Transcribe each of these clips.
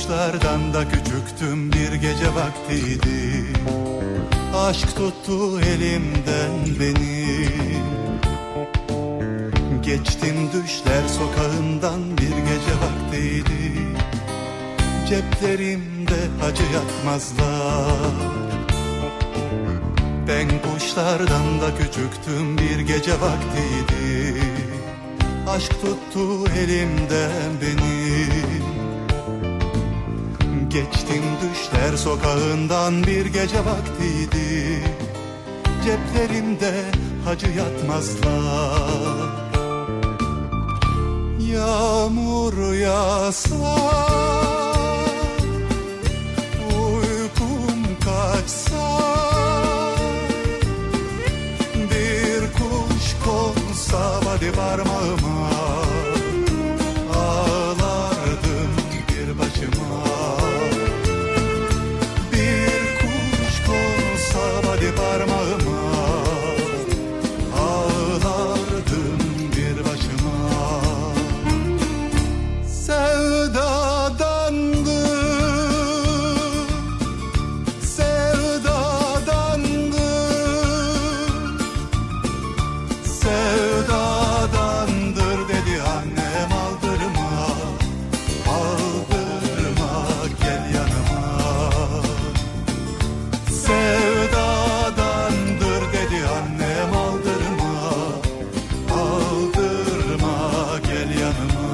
kuşlardan da küçüktüm, bir gece vaktiydi. Aşk tuttu elimden beni. Geçtim düşler sokağından, bir gece vaktiydi. Ceplerimde acı yatmazlar. Ben kuşlardan da küçüktüm, bir gece vaktiydi. Aşk tuttu elimden beni. Geçtim düşler sokağından, bir gece vaktiydi. Ceplerimde acı yatmazlar. Yağmur yağsa, uykum kaçsa, bir kuş konsa vadi parmağıma, ağlardım bir başıma. Bir kuş konsa vadi parmağıma, ağlardım bir başıma. Sevdadandır dedi annem, aldırma, aldırma gel yanıma. Sevdadandır dedi annem, aldırma, aldırma gel yanıma.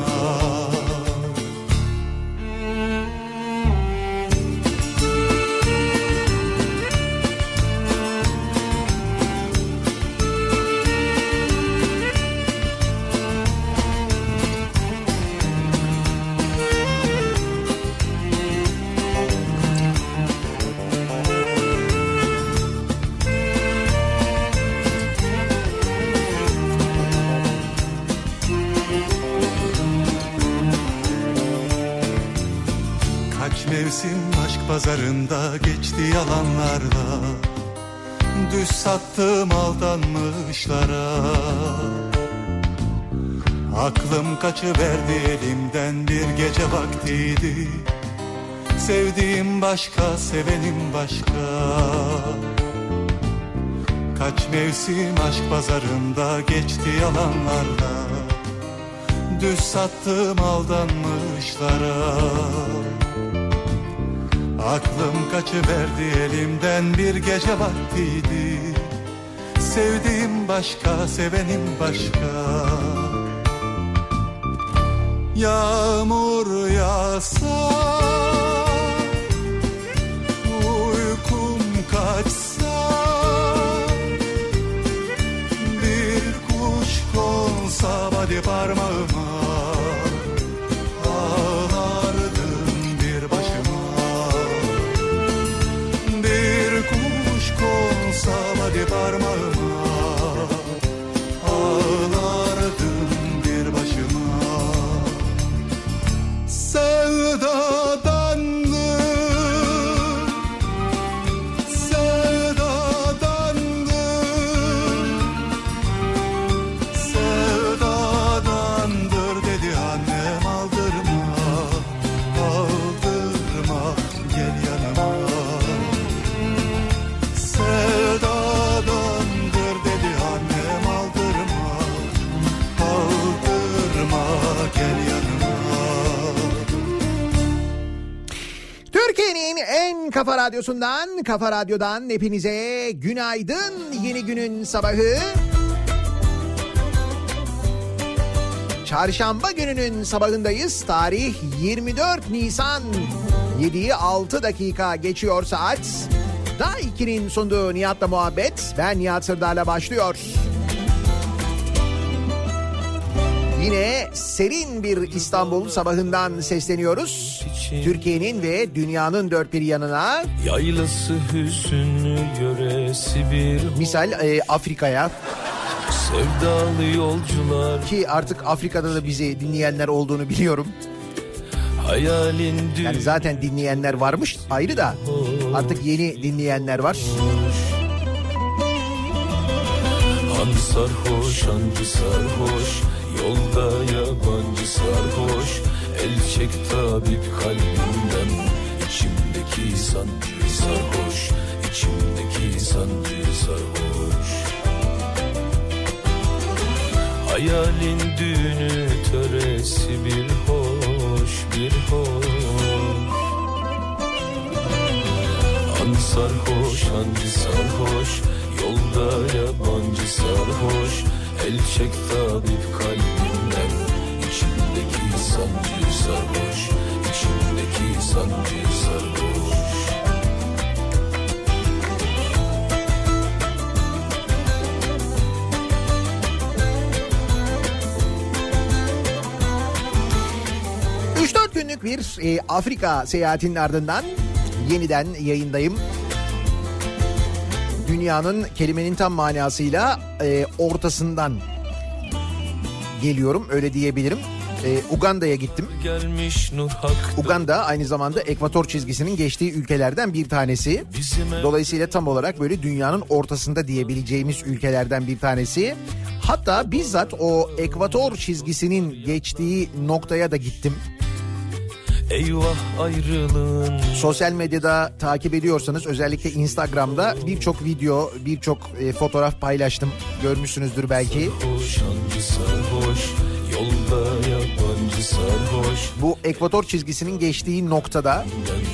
Mevsim aşk pazarında geçti yalanlarla. Düz sattım aldanmışlara. Aklım kaçıverdi elimden, bir gece vaktiydi. Sevdiğim başka, sevenim başka. Kaç mevsim aşk pazarında geçti yalanlarla. Düz sattım aldanmışlara. Aklım kaçıverdi elimden, bir gece vaktiydi. Sevdiğim başka, sevenim başka. Yağmur yağsa, uykum kaçsa, bir kuş konsa vadi parmağıma, ağlardım bir başıma. Bir kuş konsa vadi parmağıma, ağlardım bir başıma. Sevdadandır dedi annem, aldırma, aldırma gel yanıma. Sevdadandır dedi annem, aldırma, aldırma gel yanıma. Türkiye'nin en kafa radyosundan, Kafa Radyo'dan hepinize günaydın. Yeni günün sabahı. Çarşamba gününün sabahındayız. Tarih 24 Nisan. 7'yi 6 dakika geçiyor saat. Daha 2'nin sunduğu Nihat'la muhabbet. Ben Nihat Sırdar'la başlıyor. Yine serin bir İstanbul sabahından sesleniyoruz. Türkiye'nin ve dünyanın dört bir yanına. Yaylası hüzünlü yöresi bir misal Afrika'ya. Sevdalı yolcular. Ki artık Afrika'da da bizi dinleyenler olduğunu biliyorum. Hayalin yani zaten dinleyenler varmış ayrı da artık yeni dinleyenler var. Han sarhoş, hancı sarhoş, yolda yabancı sarhoş, el çek tabip kalbimden. İçimdeki sancı sarhoş, içimdeki sancı sarhoş. Hayalin düğünü töresi bir hoş, bir hoş. Han sarhoş, hancı sarhoş, yolda yabancı sarhoş. El çek tabip kalbimden, içimdeki sancı sarhoş, içimdeki sancı sarhoş. Günlük bir Afrika seyahatinin ardından yeniden yayındayım. Dünyanın kelimenin tam manasıyla ortasından geliyorum, öyle diyebilirim. Uganda'ya gittim. Uganda aynı zamanda ekvator çizgisinin geçtiği ülkelerden bir tanesi. Dolayısıyla tam olarak böyle dünyanın ortasında diyebileceğimiz ülkelerden bir tanesi. Hatta bizzat o ekvator çizgisinin geçtiği noktaya da gittim. Eyvah ayrılığın. Sosyal medyada takip ediyorsanız özellikle Instagram'da birçok video, birçok fotoğraf paylaştım. Görmüşsünüzdür belki. Sarhoş, hancı sarhoş, yolda yabancı sarhoş. Bu ekvator çizgisinin geçtiği noktada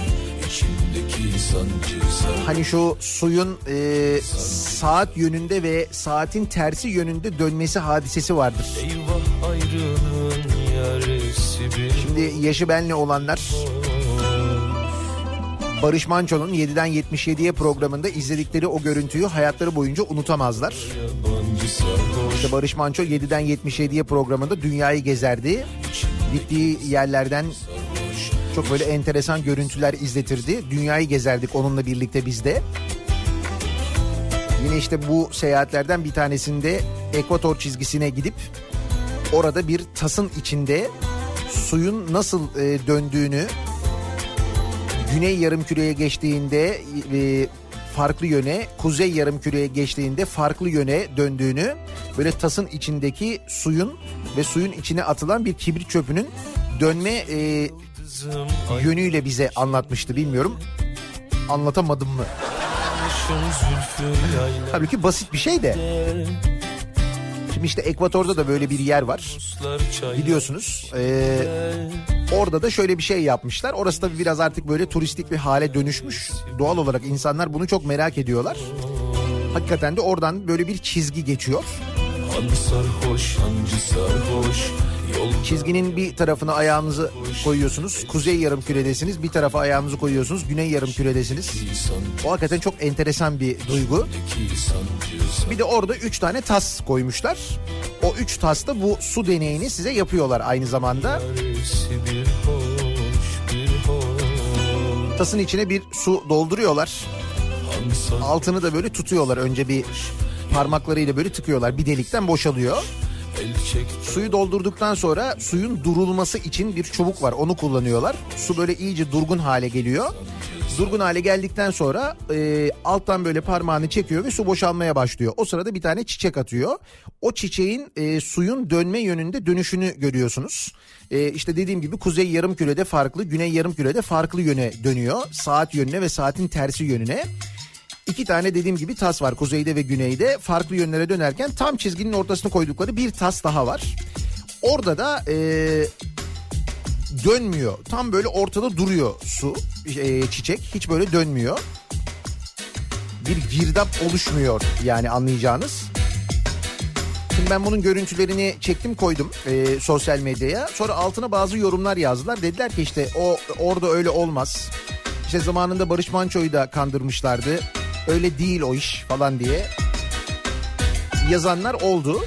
hani şu suyun saat yönünde ve saatin tersi yönünde dönmesi hadisesi vardır. Eyvah ayrılığın yaresi bir. Şimdi yaşı benle olanlar Barış Manço'nun 7'den 77'ye programında izledikleri o görüntüyü hayatları boyunca unutamazlar. İşte Barış Manço 7'den 77'ye programında dünyayı gezerdi. Gittiği yerlerden çok böyle enteresan görüntüler izletirdi. Dünyayı gezerdik onunla birlikte biz de. Yine işte bu seyahatlerden bir tanesinde ekvator çizgisine gidip orada bir tasın içinde suyun nasıl döndüğünü, güney yarımküreye geçtiğinde farklı yöne, kuzey yarımküreye geçtiğinde farklı yöne döndüğünü, böyle tasın içindeki suyun ve suyun içine atılan bir kibrit çöpünün dönme yönüyle bize anlatmıştı. Bilmiyorum, anlatamadım mı? Halbuki basit bir şey de. Şimdi işte ekvatorda da böyle bir yer var. Biliyorsunuz. Orada da şöyle bir şey yapmışlar. Orası tabii biraz artık böyle turistik bir hale dönüşmüş. Doğal olarak insanlar bunu çok merak ediyorlar. Hakikaten de oradan böyle bir çizgi geçiyor. Çizginin bir tarafına ayağınızı koyuyorsunuz. Kuzey yarımküredesiniz. Bir tarafa ayağınızı koyuyorsunuz. Güney yarımküredesiniz. O hakikaten çok enteresan bir duygu. Bir de orada 3 tane tas koymuşlar. O 3 tasta bu su deneyini size yapıyorlar aynı zamanda. Tasın içine bir su dolduruyorlar. Altını da böyle tutuyorlar. Önce bir parmaklarıyla böyle tıkıyorlar. Bir delikten boşalıyor. Suyu doldurduktan sonra suyun durulması için bir çubuk var, onu kullanıyorlar. Su böyle iyice durgun hale geliyor. Durgun hale geldikten sonra alttan böyle parmağını çekiyor ve su boşalmaya başlıyor. O sırada bir tane çiçek atıyor. O çiçeğin suyun dönme yönünde dönüşünü görüyorsunuz. İşte dediğim gibi kuzey yarımkürede farklı, güney yarımkürede farklı yöne dönüyor. Saat yönüne ve saatin tersi yönüne. 2 tane dediğim gibi tas var kuzeyde ve güneyde, farklı yönlere dönerken tam çizginin ortasına koydukları bir tas daha var. Orada da dönmüyor, tam böyle ortada duruyor su, çiçek hiç böyle dönmüyor. Bir girdap oluşmuyor yani, anlayacağınız. Şimdi ben bunun görüntülerini çektim, koydum sosyal medyaya. Sonra altına bazı yorumlar yazdılar, dediler ki işte o orada öyle olmaz. İşte zamanında Barış Manço'yu da kandırmışlardı. Öyle değil o iş falan diye yazanlar oldu.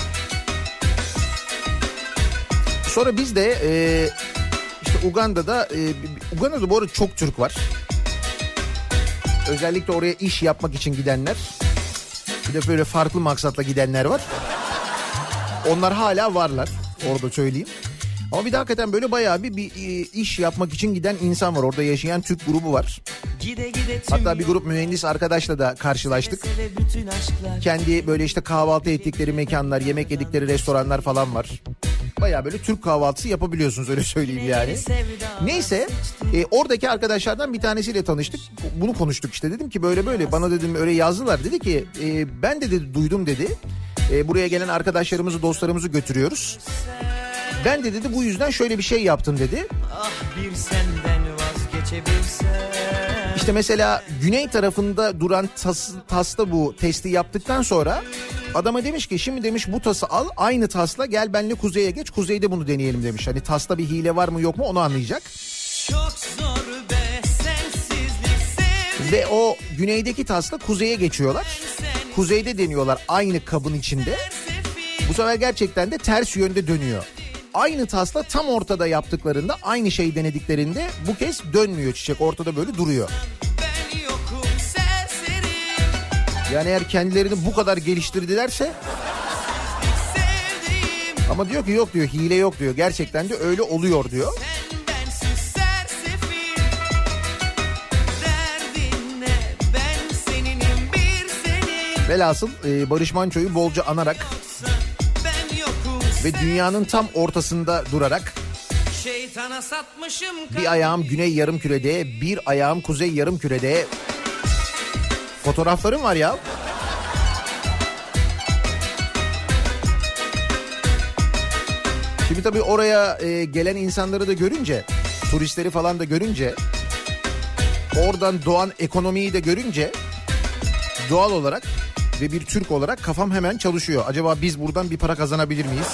Sonra biz de işte Uganda'da bu arada çok Türk var. Özellikle oraya iş yapmak için gidenler. Bir de böyle farklı maksatla gidenler var. Onlar hala varlar, orada söyleyeyim. Ama bir de hakikaten böyle bayağı bir iş yapmak için giden insan var. Orada yaşayan Türk grubu var. Hatta bir grup mühendis arkadaşla da karşılaştık. Kendi böyle işte kahvaltı ettikleri mekanlar, yemek yedikleri restoranlar falan var. Baya böyle Türk kahvaltısı yapabiliyorsunuz, öyle söyleyeyim yani. Neyse oradaki arkadaşlardan bir tanesiyle tanıştık. Bunu konuştuk işte, dedim ki böyle böyle, bana dedim öyle yazdılar. Dedi ki ben de dedi duydum dedi. Buraya gelen arkadaşlarımızı, dostlarımızı götürüyoruz. Ben de dedi bu yüzden şöyle bir şey yaptım dedi. Ah bir senden vazgeçebilsem. İşte mesela güney tarafında duran tasla bu testi yaptıktan sonra adama demiş ki şimdi demiş bu tası al, aynı tasla gel benimle kuzeye geç, kuzeyde bunu deneyelim demiş. Hani tasla bir hile var mı yok mu onu anlayacak. Çok zor be sensizlik sevdim. Ve o güneydeki tasla kuzeye geçiyorlar. Kuzeyde deniyorlar aynı kabın içinde. Bu sefer gerçekten de ters yönde dönüyor. Aynı tasla tam ortada yaptıklarında, aynı şeyi denediklerinde bu kez dönmüyor çiçek, ortada böyle duruyor. Ben yokum serserim. Yani eğer kendilerini bu kadar geliştirdilerse, Sevdiğim ama diyor ki yok diyor, hile yok diyor, gerçekten de öyle oluyor diyor. bensiz sersefil. Derdin ne? Ben seninim bir senin. Velhasıl Barış Manço'yu bolca anarak Ben yokum ve dünyanın tam ortasında durarak, şeytana satmışım. bir ayağım güney yarımkürede, bir ayağım kuzey yarımkürede. Fotoğraflarım var ya. Şimdi tabii oraya gelen insanları da görünce, turistleri falan da görünce, oradan doğan ekonomiyi de görünce doğal olarak ve bir Türk olarak kafam hemen çalışıyor. Acaba biz buradan bir para kazanabilir miyiz?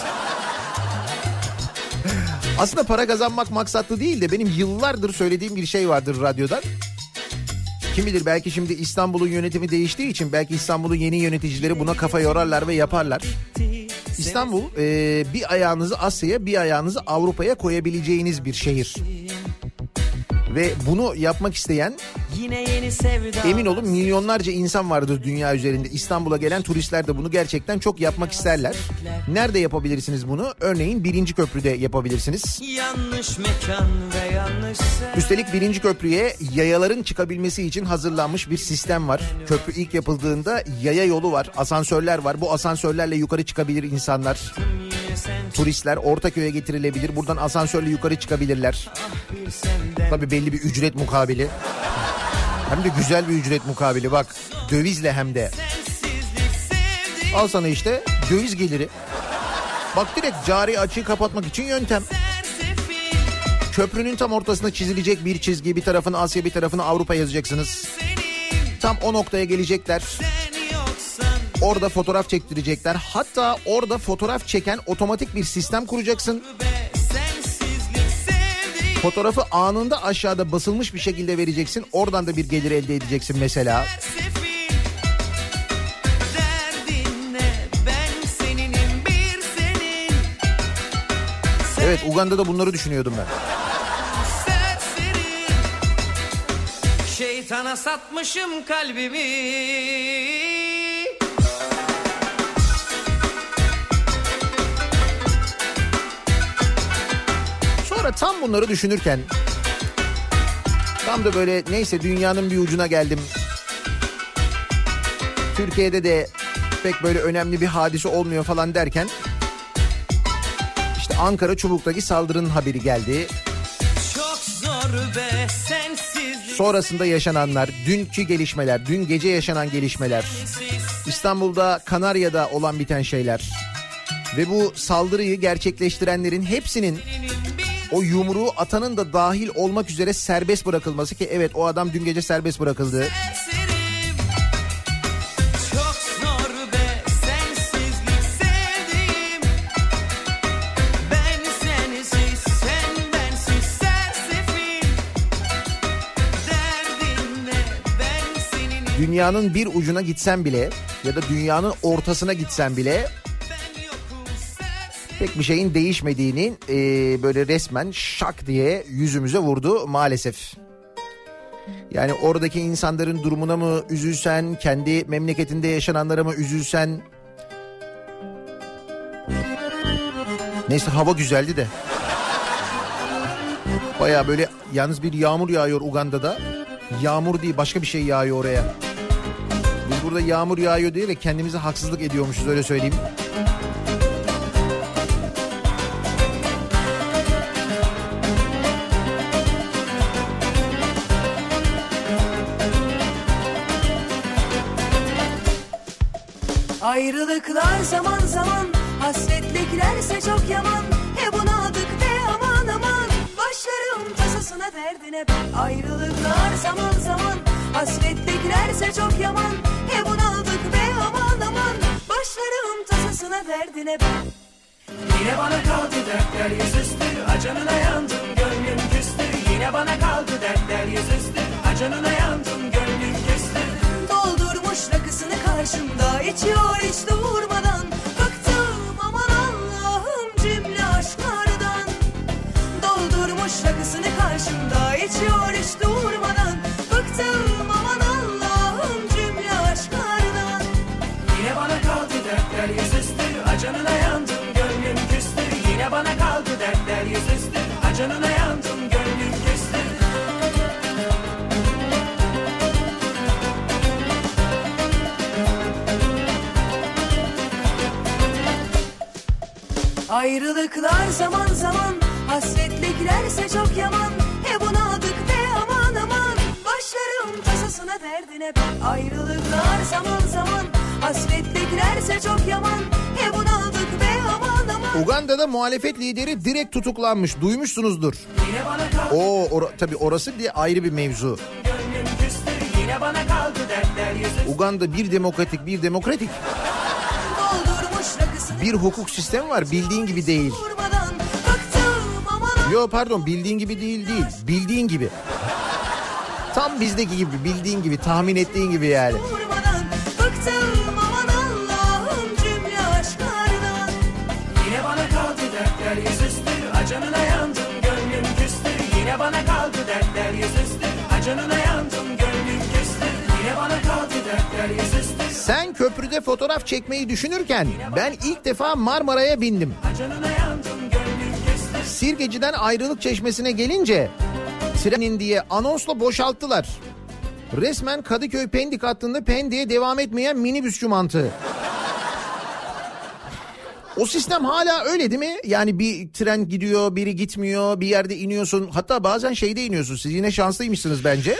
Aslında para kazanmak maksatlı değil de benim yıllardır söylediğim bir şey vardır radyodan. Kim bilir, belki şimdi İstanbul'un yönetimi değiştiği için belki İstanbul'un yeni yöneticileri buna kafa yorarlar ve yaparlar. İstanbul bir ayağınızı Asya'ya, bir ayağınızı Avrupa'ya koyabileceğiniz bir şehir. Ve bunu yapmak isteyen, Yine yeni sevda. emin olun milyonlarca insan vardır dünya üzerinde. İstanbul'a gelen turistler de bunu gerçekten çok yapmak isterler. Nerede yapabilirsiniz bunu? Örneğin 1. Köprü'de yapabilirsiniz. Yanlış mekan ve yanlış sen. Üstelik 1. köprüye yayaların çıkabilmesi için hazırlanmış bir sistem var. Köprü ilk yapıldığında yaya yolu var, asansörler var. Bu asansörlerle yukarı çıkabilir insanlar. Yine sen Turistler Ortaköy'e getirilebilir. Buradan asansörle yukarı çıkabilirler. bir senden. Tabii belli bir ücret mukabili. Hem de güzel bir ücret mukabili, bak. Dövizle hem de. Sensizlik sevdim. Al sana işte döviz geliri. Bak direkt cari açığı kapatmak için yöntem. Sersefil Köprünün tam ortasına çizilecek bir çizgi. Bir tarafını Asya, bir tarafını Avrupa yazacaksınız. senin. Tam o noktaya gelecekler. Sen yoksan. Orada fotoğraf çektirecekler. Hatta orada fotoğraf çeken otomatik bir sistem kuracaksın. Be sensizlik sevdim. Fotoğrafı anında aşağıda basılmış bir şekilde vereceksin. Oradan da bir gelir elde edeceksin mesela. Sersefil. Derdin ne? Ben seninim bir senin. Evet, Uganda'da bunları düşünüyordum ben. Serseri. Şeytana satmışım kalbimi. Sonra tam bunları düşünürken, tam da böyle neyse dünyanın bir ucuna geldim. Türkiye'de de pek böyle önemli bir hadise olmuyor falan derken, işte Ankara Çubuk'taki saldırının haberi geldi. Çok zor be sensizlik. Sonrasında yaşananlar, dünkü gelişmeler, dün gece yaşanan gelişmeler, İstanbul'da, Kanarya'da olan biten şeyler ve bu saldırıyı gerçekleştirenlerin hepsinin, o yumruğu atanın da dahil olmak üzere serbest bırakılması, ki evet o adam dün gece serbest bırakıldı. Serserim. Çok zor be sensizlik sevdim. Ben sensiz, sen bensiz sersefil. Derdin ne? Ben senin. Dünyanın bir ucuna gitsen bile ya da dünyanın ortasına gitsen bile Ben yokum sersefil. pek bir şeyin değişmediğinin böyle resmen şak diye yüzümüze vurdu maalesef. Yani oradaki insanların durumuna mı üzülsen, kendi memleketinde yaşananlara mı üzülsen. Neyse, hava güzeldi de. Baya böyle, yalnız bir yağmur yağıyor Uganda'da. Yağmur değil, başka bir şey yağıyor oraya. Biz burada yağmur yağıyor diye ve kendimize haksızlık ediyormuşuz, öyle söyleyeyim. Ayrılıklar zaman zaman, hasretliklerse çok yaman. Bunaldık be aman aman, başlarım tasasına derdine ben. Ayrılıklar zaman zaman, hasretliklerse çok yaman. Bunaldık be aman aman, başlarım tasasına derdine ben. Yine bana kaldı dertler yüzüstü, acanına yandım gönlüm küstü. Yine bana kaldı dertler yüzüstü, acanına yandım gönlüm küstü. Doldurmuş rakısını karşımda, içiyor hiç durmadan. Bıktım aman Allah'ım cümle aşklardan. Doldurmuş rakısını karşımda, içiyor hiç durmadan. Bıktım aman Allah'ım cümle aşklardan. Yine bana kaldı dertler yüzüstü, acanına yandım gönlüm küstü. Yine bana kaldı dertler yüzüstü, acanına yandım gönlüm küstü. Ayrılıklar zaman zaman, hasretliklerse çok yaman. Bunaldık be aman aman, başlarım tasasına derdine ben. Ayrılıklar zaman zaman, hasretliklerse çok yaman. Bunaldık be aman aman. Uganda'da muhalefet lideri direkt tutuklanmış. Duymuşsunuzdur. Tabii orası bir ayrı bir mevzu. Yine bana kaldı dertler yüzüstü. Uganda bir demokratik. Bir hukuk sistemi var, bildiğin gibi değil. Yo pardon, bildiğin gibi değil. Bildiğin gibi. Tam bizdeki gibi, bildiğin gibi, tahmin ettiğin gibi yani. Yine bana kaldı dertler yüzüstü, acanına yandım gönlüm küstü. Yine bana kaldı dertler yüzüstü, acanına yandım gönlüm küstü. Yine bana kaldı dertler yüzüstü. Sen köprüde fotoğraf çekmeyi düşünürken ben ilk defa Marmara'ya bindim. Acanına yandım gönlüm küstü. Sirkeci'den Ayrılık Çeşmesi'ne gelince trenin diye anonsla boşalttılar. Resmen Kadıköy Pendik hattında Pendik'e devam etmeyen minibüsçü mantığı. O sistem hala öyle değil mi? Yani bir tren gidiyor, biri gitmiyor, bir yerde iniyorsun. Hatta bazen şeyde iniyorsun. Siz yine şanslıymışsınız bence.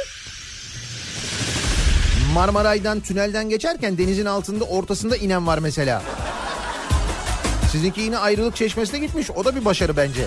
Marmaray'dan, tünelden geçerken denizin altında ortasında inen var mesela. Sizinki yine Ayrılık Çeşmesi'ne gitmiş. O da bir başarı bence.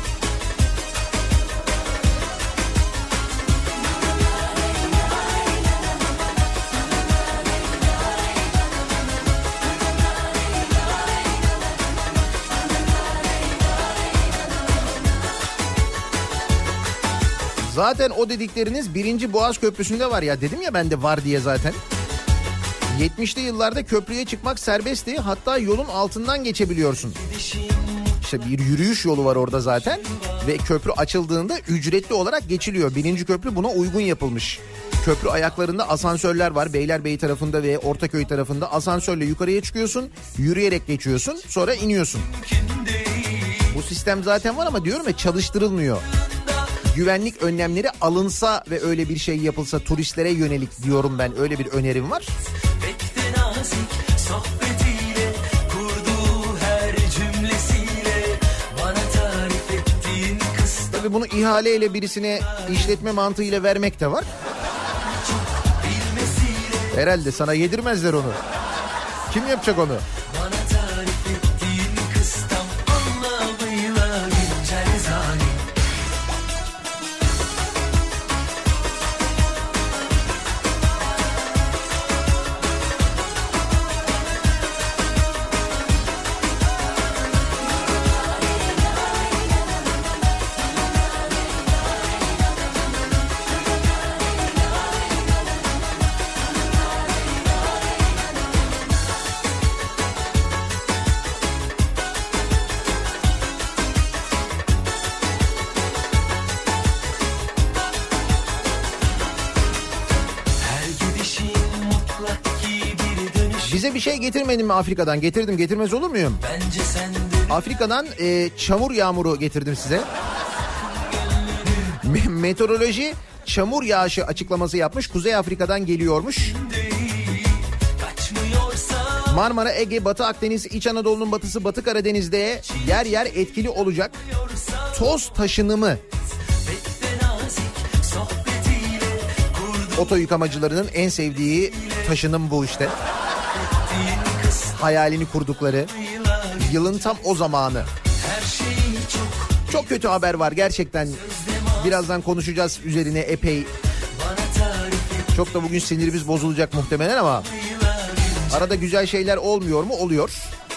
Zaten o dedikleriniz 1. Boğaz Köprüsü'nde var ya, dedim ya ben de var diye zaten. 70'li yıllarda köprüye çıkmak serbestti, hatta yolun altından geçebiliyorsun. İşte bir yürüyüş yolu var orada zaten ve köprü açıldığında ücretli olarak geçiliyor. 1. köprü buna uygun yapılmış. Köprü ayaklarında asansörler var, Beylerbeyi tarafında ve Ortaköy tarafında asansörle yukarıya çıkıyorsun, yürüyerek geçiyorsun, sonra iniyorsun. Bu sistem zaten var ama diyorum ya, çalıştırılmıyor. Güvenlik önlemleri alınsa ve öyle bir şey yapılsa turistlere yönelik diyorum ben, öyle bir önerim var. Tabii bunu ihaleyle birisine işletme mantığıyla vermek de var. Herhalde sana yedirmezler onu. Kim yapacak onu? Bize bir şey getirmedin mi Afrika'dan? Getirdim, getirmez olur muyum? Afrika'dan çamur yağmuru getirdim size. Meteoroloji çamur yağışı açıklaması yapmış. Kuzey Afrika'dan geliyormuş. Marmara, Ege, Batı Akdeniz, İç Anadolu'nun batısı, Batı Karadeniz'de yer yer etkili olacak. Toz taşınımı. Oto yıkamacılarının en sevdiği taşınım bu işte. hayalini kurdukları yılın tam o zamanı. Çok kötü haber var gerçekten. Birazdan konuşacağız üzerine epey. Çok da bugün sinirimiz bozulacak muhtemelen ama arada güzel şeyler olmuyor mu? Oluyor.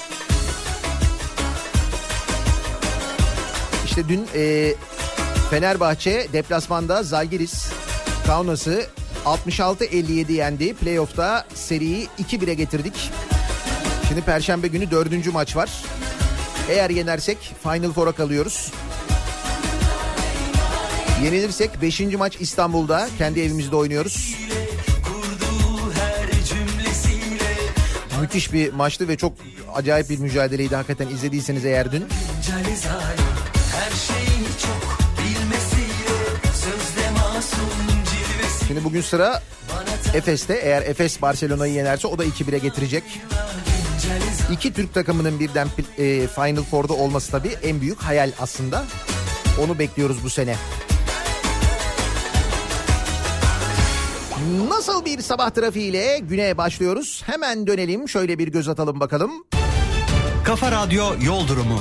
İşte dün Fenerbahçe deplasmanda Zalgiris Kaunas'ı 66-57 yendi. Playoff'ta seriyi 2-1'e getirdik. Şimdi Perşembe günü 4. maç var. Eğer yenersek Final Four'a kalıyoruz. Yenilirsek 5. maç İstanbul'da, kendi evimizde oynuyoruz. Müthiş bir maçtı ve çok acayip bir mücadeleydi hakikaten, izlediyseniz eğer dün. Şimdi bugün sıra Efes'te. Eğer Efes Barcelona'yı yenerse o da 2-1'e getirecek. İki Türk takımının birden Final Four'da olması tabii en büyük hayal aslında. Onu bekliyoruz bu sene. Nasıl bir sabah trafiğiyle güne başlıyoruz? Hemen dönelim, şöyle bir göz atalım bakalım. Kafa Radyo Yol Durumu.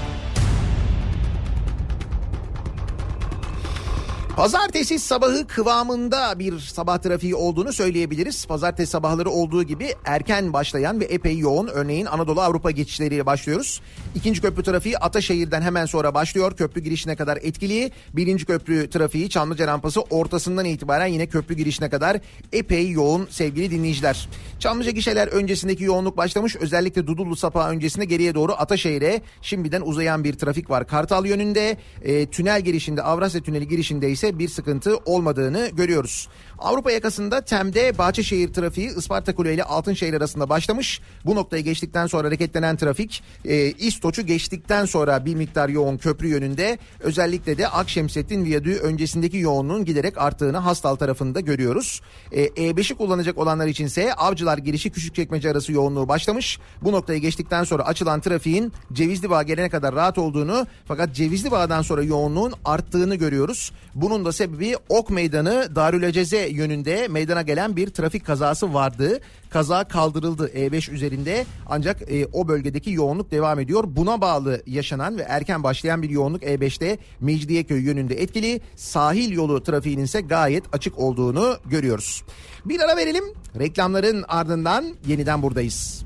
Pazartesi sabahı kıvamında bir sabah trafiği olduğunu söyleyebiliriz. Pazartesi sabahları olduğu gibi erken başlayan ve epey yoğun, örneğin Anadolu Avrupa geçişleriyle başlıyoruz. İkinci köprü trafiği Ataşehir'den hemen sonra başlıyor. Köprü girişine kadar etkili. Birinci köprü trafiği Çamlıca rampası ortasından itibaren yine köprü girişine kadar epey yoğun sevgili dinleyiciler. Çamlıca gişeler öncesindeki yoğunluk başlamış. Özellikle Dudullu Sapağı öncesinde geriye doğru Ataşehir'e şimdiden uzayan bir trafik var. Kartal yönünde tünel girişinde, Avrasya Tüneli girişinde ise bir sıkıntı olmadığını görüyoruz. Avrupa yakasında Tem'de Bahçeşehir trafiği Isparta Kule ile Altınşehir arasında başlamış. Bu noktayı geçtikten sonra hareketlenen trafik İstoç'u geçtikten sonra bir miktar yoğun köprü yönünde. Özellikle de Akşemsettin Viyadüğü öncesindeki yoğunluğun giderek arttığını Hastal tarafında görüyoruz. E5'i kullanacak olanlar içinse Avcılar girişi Küçükçekmece arası yoğunluğu başlamış. Bu noktayı geçtikten sonra açılan trafiğin Cevizlibağ gelene kadar rahat olduğunu, fakat Cevizlibağ'dan sonra yoğunluğun arttığını görüyoruz. Bunun da sebebi Ok Meydanı Darülaceze yönünde meydana gelen bir trafik kazası vardı. Kaza kaldırıldı E5 üzerinde, ancak o bölgedeki yoğunluk devam ediyor. Buna bağlı yaşanan ve erken başlayan bir yoğunluk E5'te Mecidiyeköy yönünde etkili. Sahil yolu trafiğinin ise gayet açık olduğunu görüyoruz. Bir ara verelim. Reklamların ardından yeniden buradayız.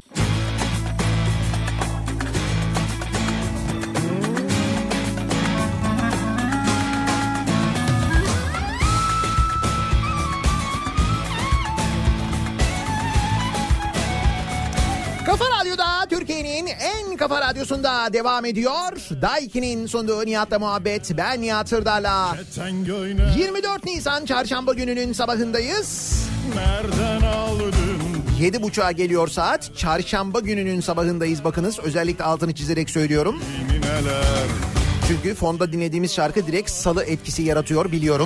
Kafa Radyo'da, Türkiye'nin en kafa radyosunda devam ediyor. Daiki'nin sunduğu Nihat'la muhabbet. Ben Nihat Sırdar'la. 24 Nisan Çarşamba gününün sabahındayız. Nereden aldın? 7.30'a geliyor saat. Çarşamba gününün sabahındayız bakınız. Özellikle altını çizerek söylüyorum. Neler? Çünkü fonda dinlediğimiz şarkı direkt salı etkisi yaratıyor biliyorum.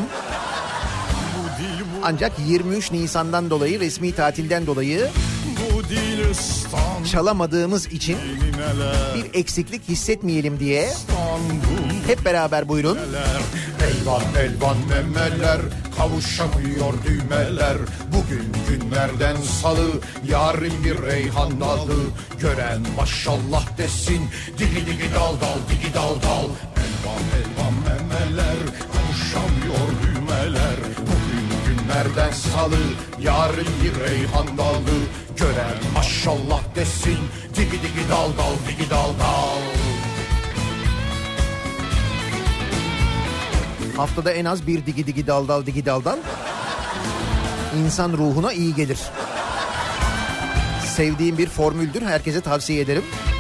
Ancak 23 Nisan'dan dolayı, resmi tatilden dolayı çalamadığımız için bir eksiklik hissetmeyelim diye hep beraber buyurun. Elvan elvan memeler, kavuşamıyor düğmeler. Bugün günlerden salı, yarın bir reyhan dalı. Gören maşallah desin, digi digi dal dal, digi dal dal. Elvan elvan memeler, kavuşamıyor düğmeler. Bugün günlerden salı, yarın bir reyhan dalı. Gören maşallah desin, digi digi dal dal, digi dal dal. Haftada en az bir digi digi dal dal digi daldan insan ruhuna iyi gelir. Sevdiğim bir formüldür, herkese tavsiye ederim.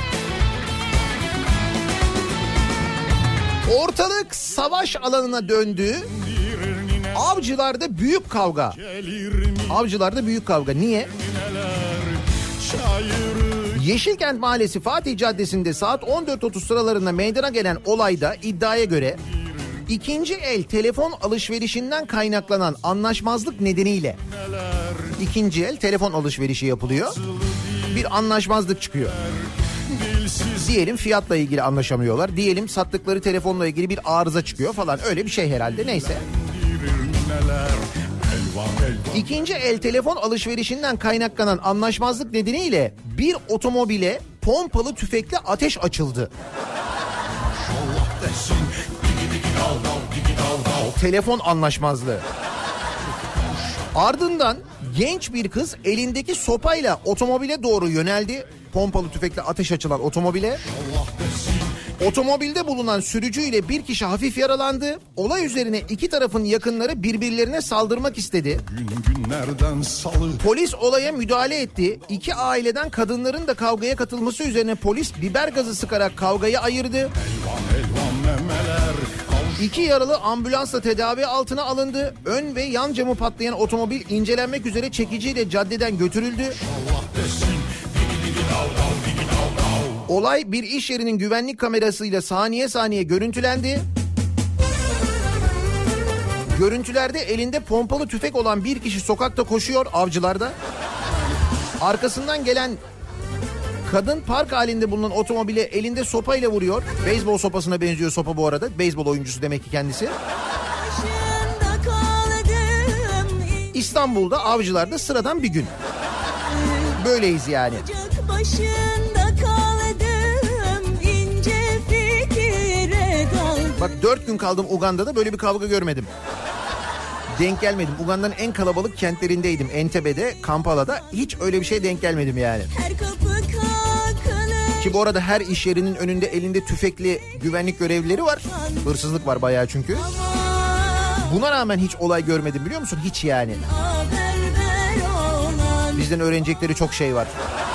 Ortalık savaş alanına döndü. Avcılarda büyük kavga. Avcılarda büyük kavga. Niye? Yeşilkent Mahallesi Fatih Caddesi'nde saat 14.30 sıralarında meydana gelen olayda iddiaya göre ikinci el telefon alışverişinden kaynaklanan anlaşmazlık nedeniyle ikinci el telefon alışverişi yapılıyor. Bir anlaşmazlık çıkıyor. Diyelim fiyatla ilgili anlaşamıyorlar. Diyelim sattıkları telefonla ilgili bir arıza çıkıyor falan. Öyle bir şey herhalde, neyse. İkinci el telefon alışverişinden kaynaklanan anlaşmazlık nedeniyle bir otomobile pompalı tüfekle ateş açıldı. Telefon anlaşmazlığı. Ardından genç bir kız elindeki sopayla otomobile doğru yöneldi. Pompalı tüfekle ateş açılan otomobile. Otomobilde bulunan sürücüyle bir kişi hafif yaralandı. Olay üzerine iki tarafın yakınları birbirlerine saldırmak istedi. Polis olaya müdahale etti. İki aileden kadınların da kavgaya katılması üzerine polis biber gazı sıkarak kavgayı ayırdı. İki yaralı ambulansla tedavi altına alındı. Ön ve yan camı patlayan otomobil incelenmek üzere çekiciyle caddeden götürüldü. Olay bir iş yerinin güvenlik kamerasıyla saniye saniye görüntülendi. Görüntülerde elinde pompalı tüfek olan bir kişi sokakta koşuyor, Avcılar'da. Arkasından gelen kadın park halinde bulunan otomobile elinde sopayla vuruyor. Beyzbol sopasına benziyor sopa bu arada. Beyzbol oyuncusu demek ki kendisi. İstanbul'da, Avcılar'da sıradan bir gün. Böyleyiz yani. Bak 4 gün kaldım Uganda'da, böyle bir kavga görmedim. Denk gelmedim. Uganda'nın en kalabalık kentlerindeydim. Entebbe'de, Kampala'da. Hiç öyle bir şey denk gelmedim yani. Ki bu arada her iş yerinin önünde elinde tüfekli güvenlik görevlileri var. Hırsızlık var bayağı çünkü. Buna rağmen hiç olay görmedim, biliyor musun? Hiç yani. Bizden öğrenecekleri çok şey var.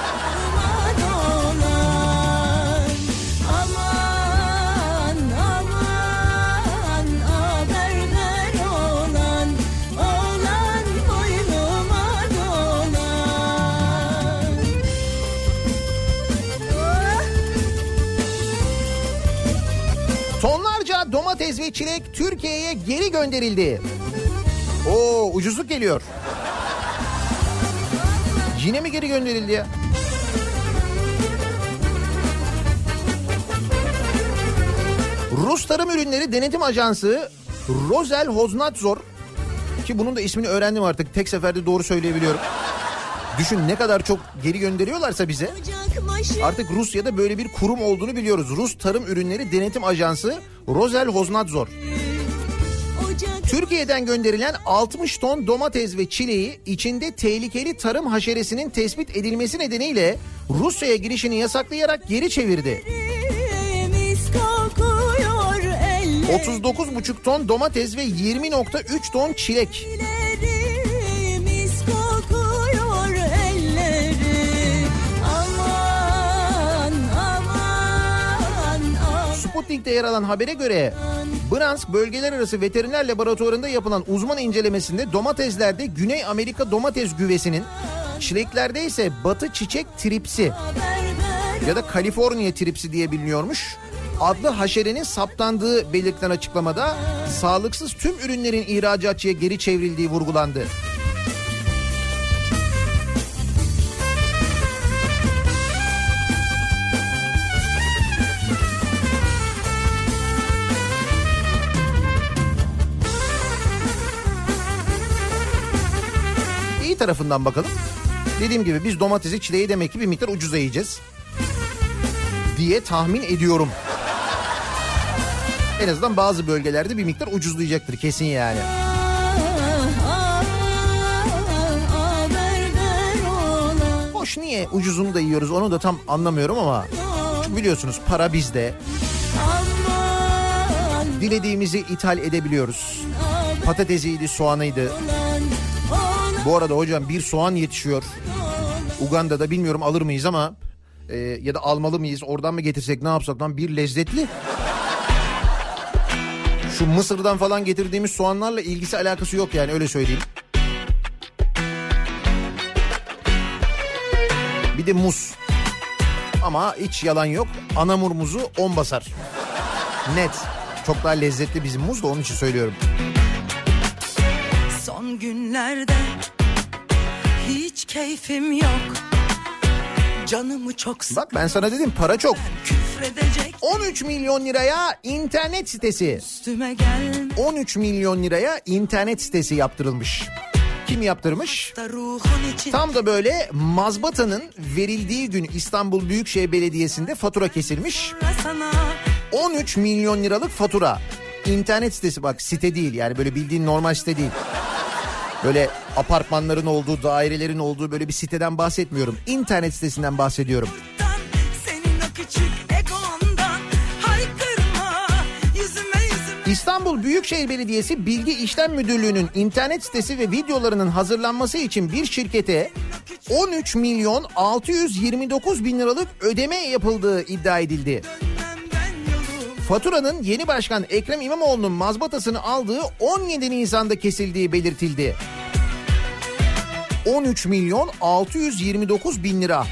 Tonlarca domates ve çilek Türkiye'ye geri gönderildi. Oo, ucuzluk geliyor. Yine mi geri gönderildi ya? Rus Tarım Ürünleri Denetim Ajansı Roselhoznadzor, ki bunun da ismini öğrendim artık, tek seferde doğru söyleyebiliyorum. Düşün ne kadar çok geri gönderiyorlarsa bize. Artık Rusya'da böyle bir kurum olduğunu biliyoruz. Rus Tarım Ürünleri Denetim Ajansı Roselhoznadzor. Türkiye'den gönderilen 60 ton domates ve çileği içinde tehlikeli tarım haşeresinin tespit edilmesi nedeniyle Rusya'ya girişini yasaklayarak geri çevirdi. 39,5 ton domates ve 20,3 ton çilek. Sputnik'te yer alan habere göre Bryansk Bölgeler Arası Veteriner Laboratuvarı'nda yapılan uzman incelemesinde domateslerde Güney Amerika domates güvesinin, çileklerde ise Batı çiçek tripsi ya da Kaliforniya tripsi diye biliniyormuş adlı haşerenin saptandığı belirtilen açıklamada sağlıksız tüm ürünlerin ihracatçıya geri çevrildiği vurgulandı. Tarafından bakalım. Dediğim gibi biz domatesi, çileği demek ki bir miktar ucuza yiyeceğiz diye tahmin ediyorum. En azından bazı bölgelerde bir miktar ucuzlayacaktır kesin yani. Hoş, niye ucuzunu da yiyoruz onu da tam anlamıyorum ama çünkü biliyorsunuz para bizde. Dilediğimizi ithal edebiliyoruz. Patatesiydi, soğanıydı. Bu arada hocam bir soğan yetişiyor Uganda'da, bilmiyorum alır mıyız ama ya da almalı mıyız, oradan mı getirsek, ne yapsak lan, bir lezzetli. Şu Mısır'dan falan getirdiğimiz soğanlarla ilgisi alakası yok yani, öyle söyleyeyim. Bir de muz, ama hiç yalan yok, Anamur muzu 10 basar net, çok daha lezzetli bizim muz da, onun için söylüyorum. Son günlerde hiç keyfim yok. Canımı çok sık. Bak ben sana dedim, para çok. 13 milyon liraya internet sitesi. 13 milyon liraya internet sitesi yaptırılmış. kim yaptırmış? Da ruhun için Tam da böyle mazbatanın verildiği gün İstanbul Büyükşehir Belediyesi'nde fatura kesilmiş. sana 13 milyon liralık fatura. İnternet sitesi, bak site değil yani, böyle bildiğin normal site değil. Böyle apartmanların olduğu, dairelerin olduğu böyle bir siteden bahsetmiyorum. İnternet sitesinden bahsediyorum. senin o küçük egondan haykırma yüzüme İstanbul Büyükşehir Belediyesi Bilgi İşlem Müdürlüğü'nün internet sitesi ve videolarının hazırlanması için bir şirkete 13 milyon 629 bin liralık ödeme yapıldığı iddia edildi. Faturanın yeni başkan Ekrem İmamoğlu'nun mazbatasını aldığı 17 Nisan'da kesildiği belirtildi. 13 milyon 629 bin lira.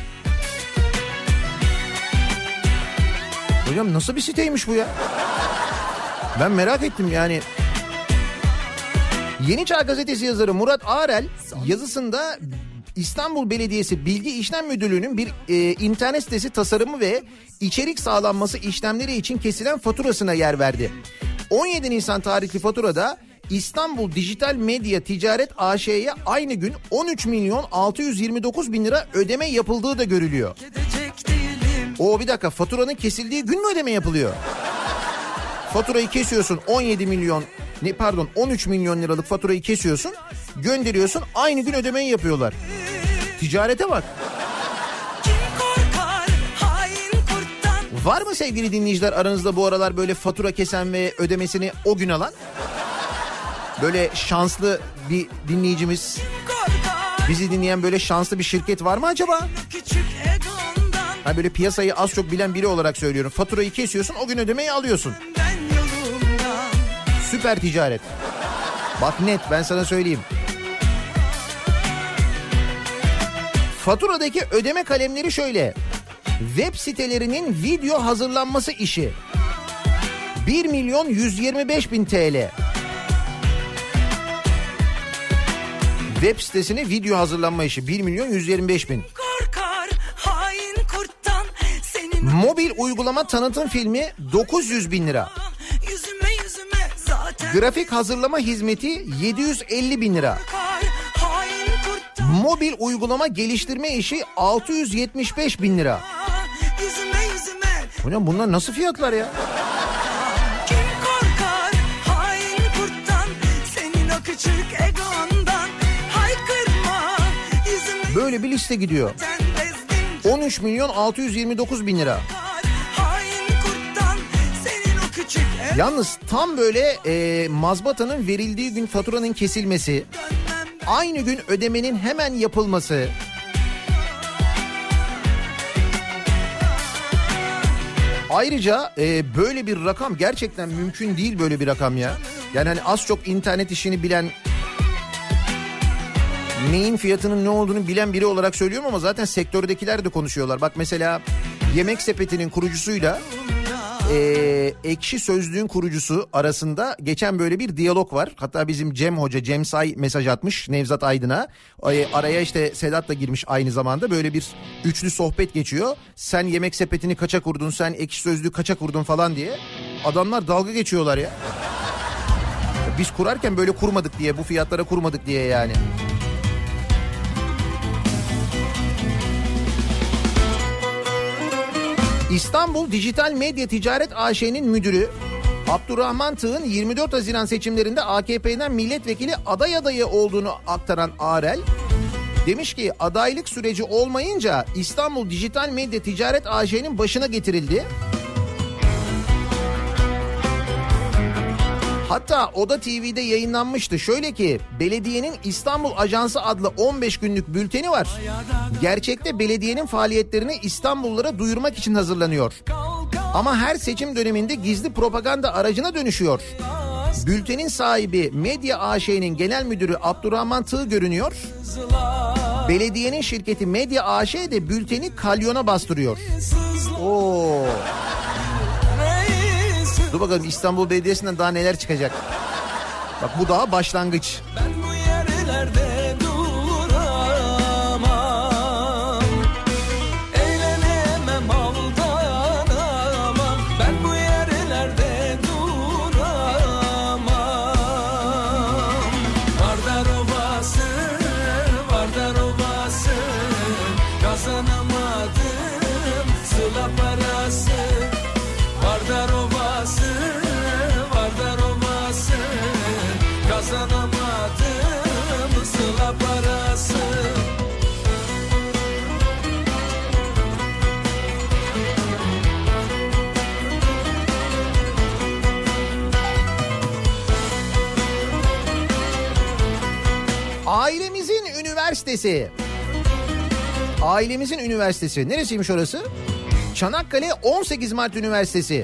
Hocam nasıl bir siteymiş bu ya? Ben merak ettim yani. Yeni Çağ Gazetesi yazarı Murat Ağrel yazısında İstanbul Belediyesi Bilgi İşlem Müdürlüğü'nün bir internet sitesi tasarımı ve içerik sağlanması işlemleri için kesilen faturasına yer verdi. 17 Nisan tarihli faturada İstanbul Dijital Medya Ticaret AŞ'ye aynı gün 13 milyon 629 bin lira ödeme yapıldığı da görülüyor. Bir dakika, faturanın kesildiği gün mü ödeme yapılıyor? Faturayı kesiyorsun 13 milyon liralık faturayı kesiyorsun, gönderiyorsun, aynı gün ödemeyi yapıyorlar. Ticarete bak. Var mı sevgili dinleyiciler aranızda bu aralar böyle fatura kesen ve ödemesini o gün alan? Böyle şanslı bir dinleyicimiz, bizi dinleyen böyle şanslı bir şirket var mı acaba? Ha, böyle piyasayı az çok bilen biri olarak söylüyorum. Faturayı kesiyorsun, o gün ödemeyi alıyorsun. Süper ticaret. Bak net, ben sana söyleyeyim. Faturadaki ödeme kalemleri şöyle. Web sitelerinin video hazırlanması işi 1 milyon 125 bin TL. Web sitesine video hazırlanma işi 1 milyon 125 bin. Mobil uygulama tanıtım filmi 900 bin lira. Grafik hazırlama hizmeti 750 bin lira. Mobil uygulama geliştirme işi 675 bin lira. Hocam bunlar nasıl fiyatlar ya? Böyle bir liste gidiyor. 13 milyon 629 bin lira. Yalnız tam böyle mazbatanın verildiği gün faturanın kesilmesi, aynı gün ödemenin hemen yapılması, ayrıca böyle bir rakam gerçekten mümkün değil, böyle bir rakam ya. Yani hani az çok internet işini bilen, neyin fiyatının ne olduğunu bilen biri olarak söylüyorum ama zaten sektördekiler de konuşuyorlar. Bak mesela Yemek Sepeti'nin kurucusuyla Ekşi Sözlüğün kurucusu arasında geçen böyle bir diyalog var. Hatta bizim Cem Hoca, Cem Say mesaj atmış Nevzat Aydın'a. Araya işte Sedat da girmiş aynı zamanda. Böyle bir üçlü sohbet geçiyor. Sen Yemek Sepeti'ni kaça kurdun, sen Ekşi Sözlüğü kaça kurdun falan diye. Adamlar dalga geçiyorlar ya. Biz kurarken böyle kurmadık diye, bu fiyatlara kurmadık diye yani. İstanbul Dijital Medya Ticaret AŞ'nin müdürü Abdurrahman Tığ'ın 24 Haziran seçimlerinde AKP'den milletvekili adayı olduğunu aktaran Ağrel demiş ki adaylık süreci olmayınca İstanbul Dijital Medya Ticaret AŞ'nin başına getirildi. Hatta Oda TV'de yayınlanmıştı. Şöyle ki belediyenin İstanbul Ajansı adlı 15 günlük bülteni var. Gerçekte belediyenin faaliyetlerini İstanbullulara duyurmak için hazırlanıyor. Ama her seçim döneminde gizli propaganda aracına dönüşüyor. Bültenin sahibi Medya AŞ'nin genel müdürü Abdurrahman Tığ görünüyor. Belediyenin şirketi Medya AŞ de bülteni kalyona bastırıyor. Oo. Dur bakalım İstanbul Belediyesi'nden daha neler çıkacak. Bak bu daha başlangıç. Ben bu yerlerde duramam, eğlenemem, aldanamam. Ben bu yerlerde duramam. Vardar Ovası kazanamadım sıla parası. Ailemizin üniversitesi. Ailemizin üniversitesi. Neresiymiş orası? Çanakkale 18 Mart Üniversitesi.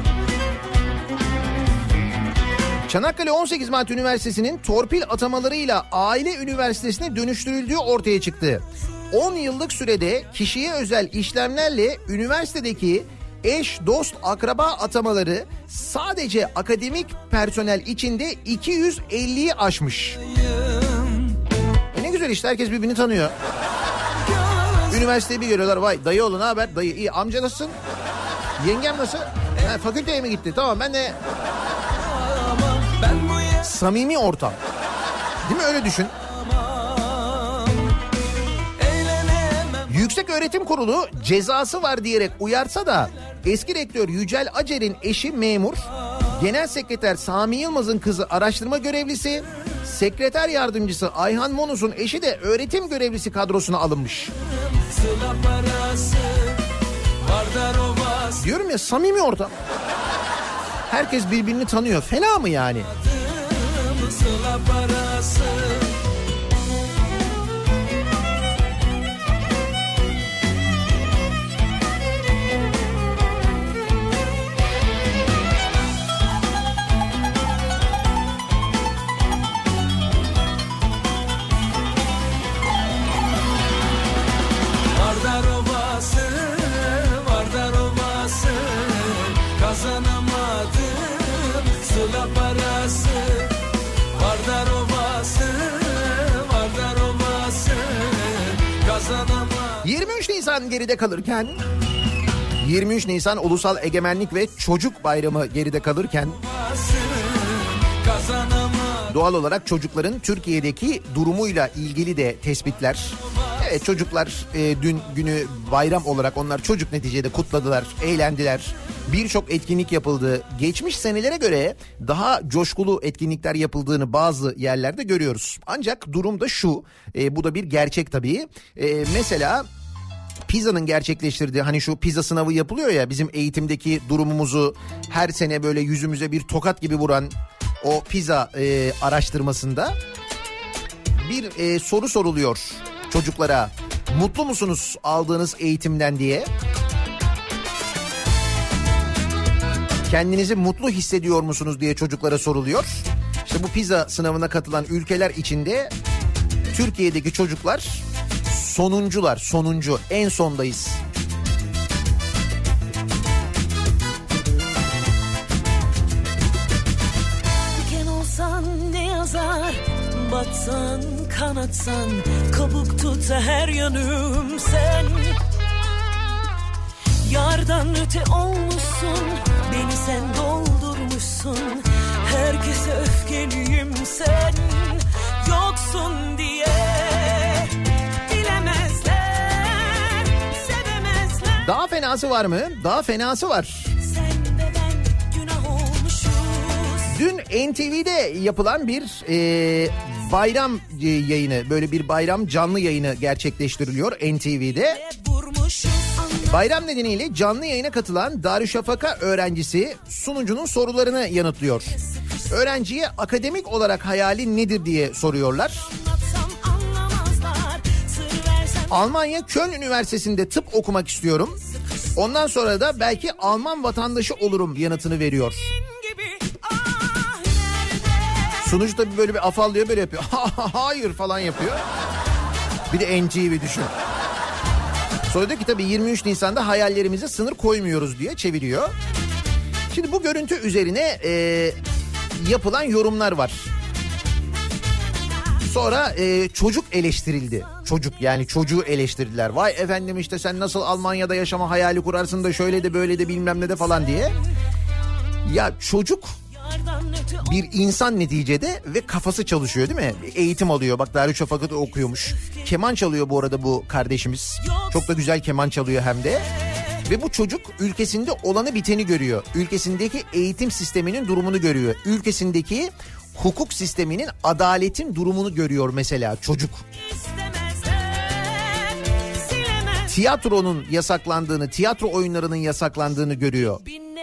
Çanakkale 18 Mart Üniversitesi'nin torpil atamalarıyla aile üniversitesine dönüştürüldüğü ortaya çıktı. 10 yıllık sürede kişiye özel işlemlerle üniversitedeki eş, dost, akraba atamaları sadece akademik personel içinde 250'yi aşmış. Ne güzel işte, herkes birbirini tanıyor. Üniversiteyi bir görüyorlar, vay dayı oğlu ne haber? Dayı iyi, amca nasılsın? Yengem nasıl? Ha, fakülteye mi gitti? Tamam ben de... Samimi ortam. Değil mi, öyle düşün. Yüksek Öğretim Kurulu cezası var diyerek uyarsa da eski rektör Yücel Acer'in eşi memur, genel sekreter Sami Yılmaz'ın kızı araştırma görevlisi, sekreter yardımcısı Ayhan Monus'un eşi de öğretim görevlisi kadrosuna alınmış. Diyorum ya, samimi ortam. Herkes birbirini tanıyor. Fena mı yani? Sıla parası. Vardar Ovası, Vardar Ovası, kazanamadım sıla parası. Vardar Ovası, Vardar Ovası, kazanamadım. 23 Nisan geride kalırken, 23 Nisan Ulusal Egemenlik ve Çocuk Bayramı geride kalırken, doğal olarak çocukların Türkiye'deki durumuyla ilgili de tespitler. Evet, çocuklar dün günü bayram olarak, onlar çocuk neticede, kutladılar, eğlendiler. Birçok etkinlik yapıldı. Geçmiş senelere göre daha coşkulu etkinlikler yapıldığını bazı yerlerde görüyoruz. Ancak durum da şu, bu da bir gerçek tabii. Mesela PISA'nın gerçekleştirdiği, hani şu PISA sınavı yapılıyor ya, bizim eğitimdeki durumumuzu her sene böyle yüzümüze bir tokat gibi vuran o PISA araştırmasında bir soru soruluyor çocuklara. Mutlu musunuz aldığınız eğitimden diye. Kendinizi mutlu hissediyor musunuz diye çocuklara soruluyor. İşte bu PISA sınavına katılan ülkeler içinde Türkiye'deki çocuklar sonuncular, sonuncu, en sondayız. Diken olsan ne yazar, batsan kanatsan, kabuk tutsa her yanım sen. Yardan öte olmuşsun, beni sen doldurmuşsun. Herkese öfkeliyim sen yoksun diye. Bilemezler, sevemezler. Daha fenası var mı? Daha fenası var. Sen ve ben günah olmuşuz. Dün NTV'de yapılan bir bayram yayını, böyle bir bayram canlı yayını gerçekleştiriliyor NTV'de. Bayram nedeniyle canlı yayına katılan Darüşşafaka öğrencisi sunucunun sorularını yanıtlıyor. Öğrenciye akademik olarak hayali nedir diye soruyorlar. Almanya Köln Üniversitesi'nde tıp okumak istiyorum. Ondan sonra da belki Alman vatandaşı olurum yanıtını veriyor. Sunucu tabii böyle bir afallıyor, böyle yapıyor. Hayır falan yapıyor. Bir de NTV düşün. Sonra diyor ki tabii 23 Nisan'da hayallerimize sınır koymuyoruz diye çeviriyor. Şimdi bu görüntü üzerine yapılan yorumlar var. Sonra çocuk eleştirildi. Çocuk, yani çocuğu eleştirdiler. Vay efendim işte sen nasıl Almanya'da yaşama hayali kurarsın da şöyle de böyle de bilmem ne de falan diye. Ya çocuk bir insan neticede ve kafası çalışıyor değil mi? Eğitim alıyor. Bak Darüşşafaka'da okuyormuş. Keman çalıyor bu arada bu kardeşimiz. Çok da güzel keman çalıyor hem de. Ve bu çocuk ülkesinde olanı biteni görüyor. Ülkesindeki eğitim sisteminin durumunu görüyor. Ülkesindeki hukuk sisteminin, adaletin durumunu görüyor mesela çocuk. Tiyatronun yasaklandığını, tiyatro oyunlarının yasaklandığını görüyor.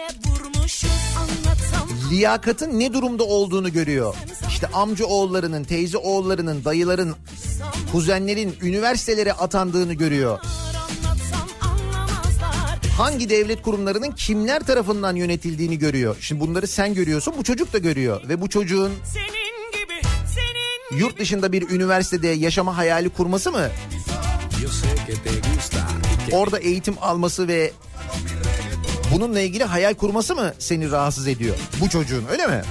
Liyakatın ne durumda olduğunu görüyor. İşte amca oğullarının, teyze oğullarının, dayıların, kuzenlerin üniversitelere atandığını görüyor. Hangi devlet kurumlarının kimler tarafından yönetildiğini görüyor. Şimdi bunları sen görüyorsun, bu çocuk da görüyor. Ve bu çocuğun yurt dışında bir üniversitede yaşama hayali kurması mı? Orada eğitim alması ve bununla ilgili hayal kurması mı seni rahatsız ediyor? Bu çocuğun, öyle mi?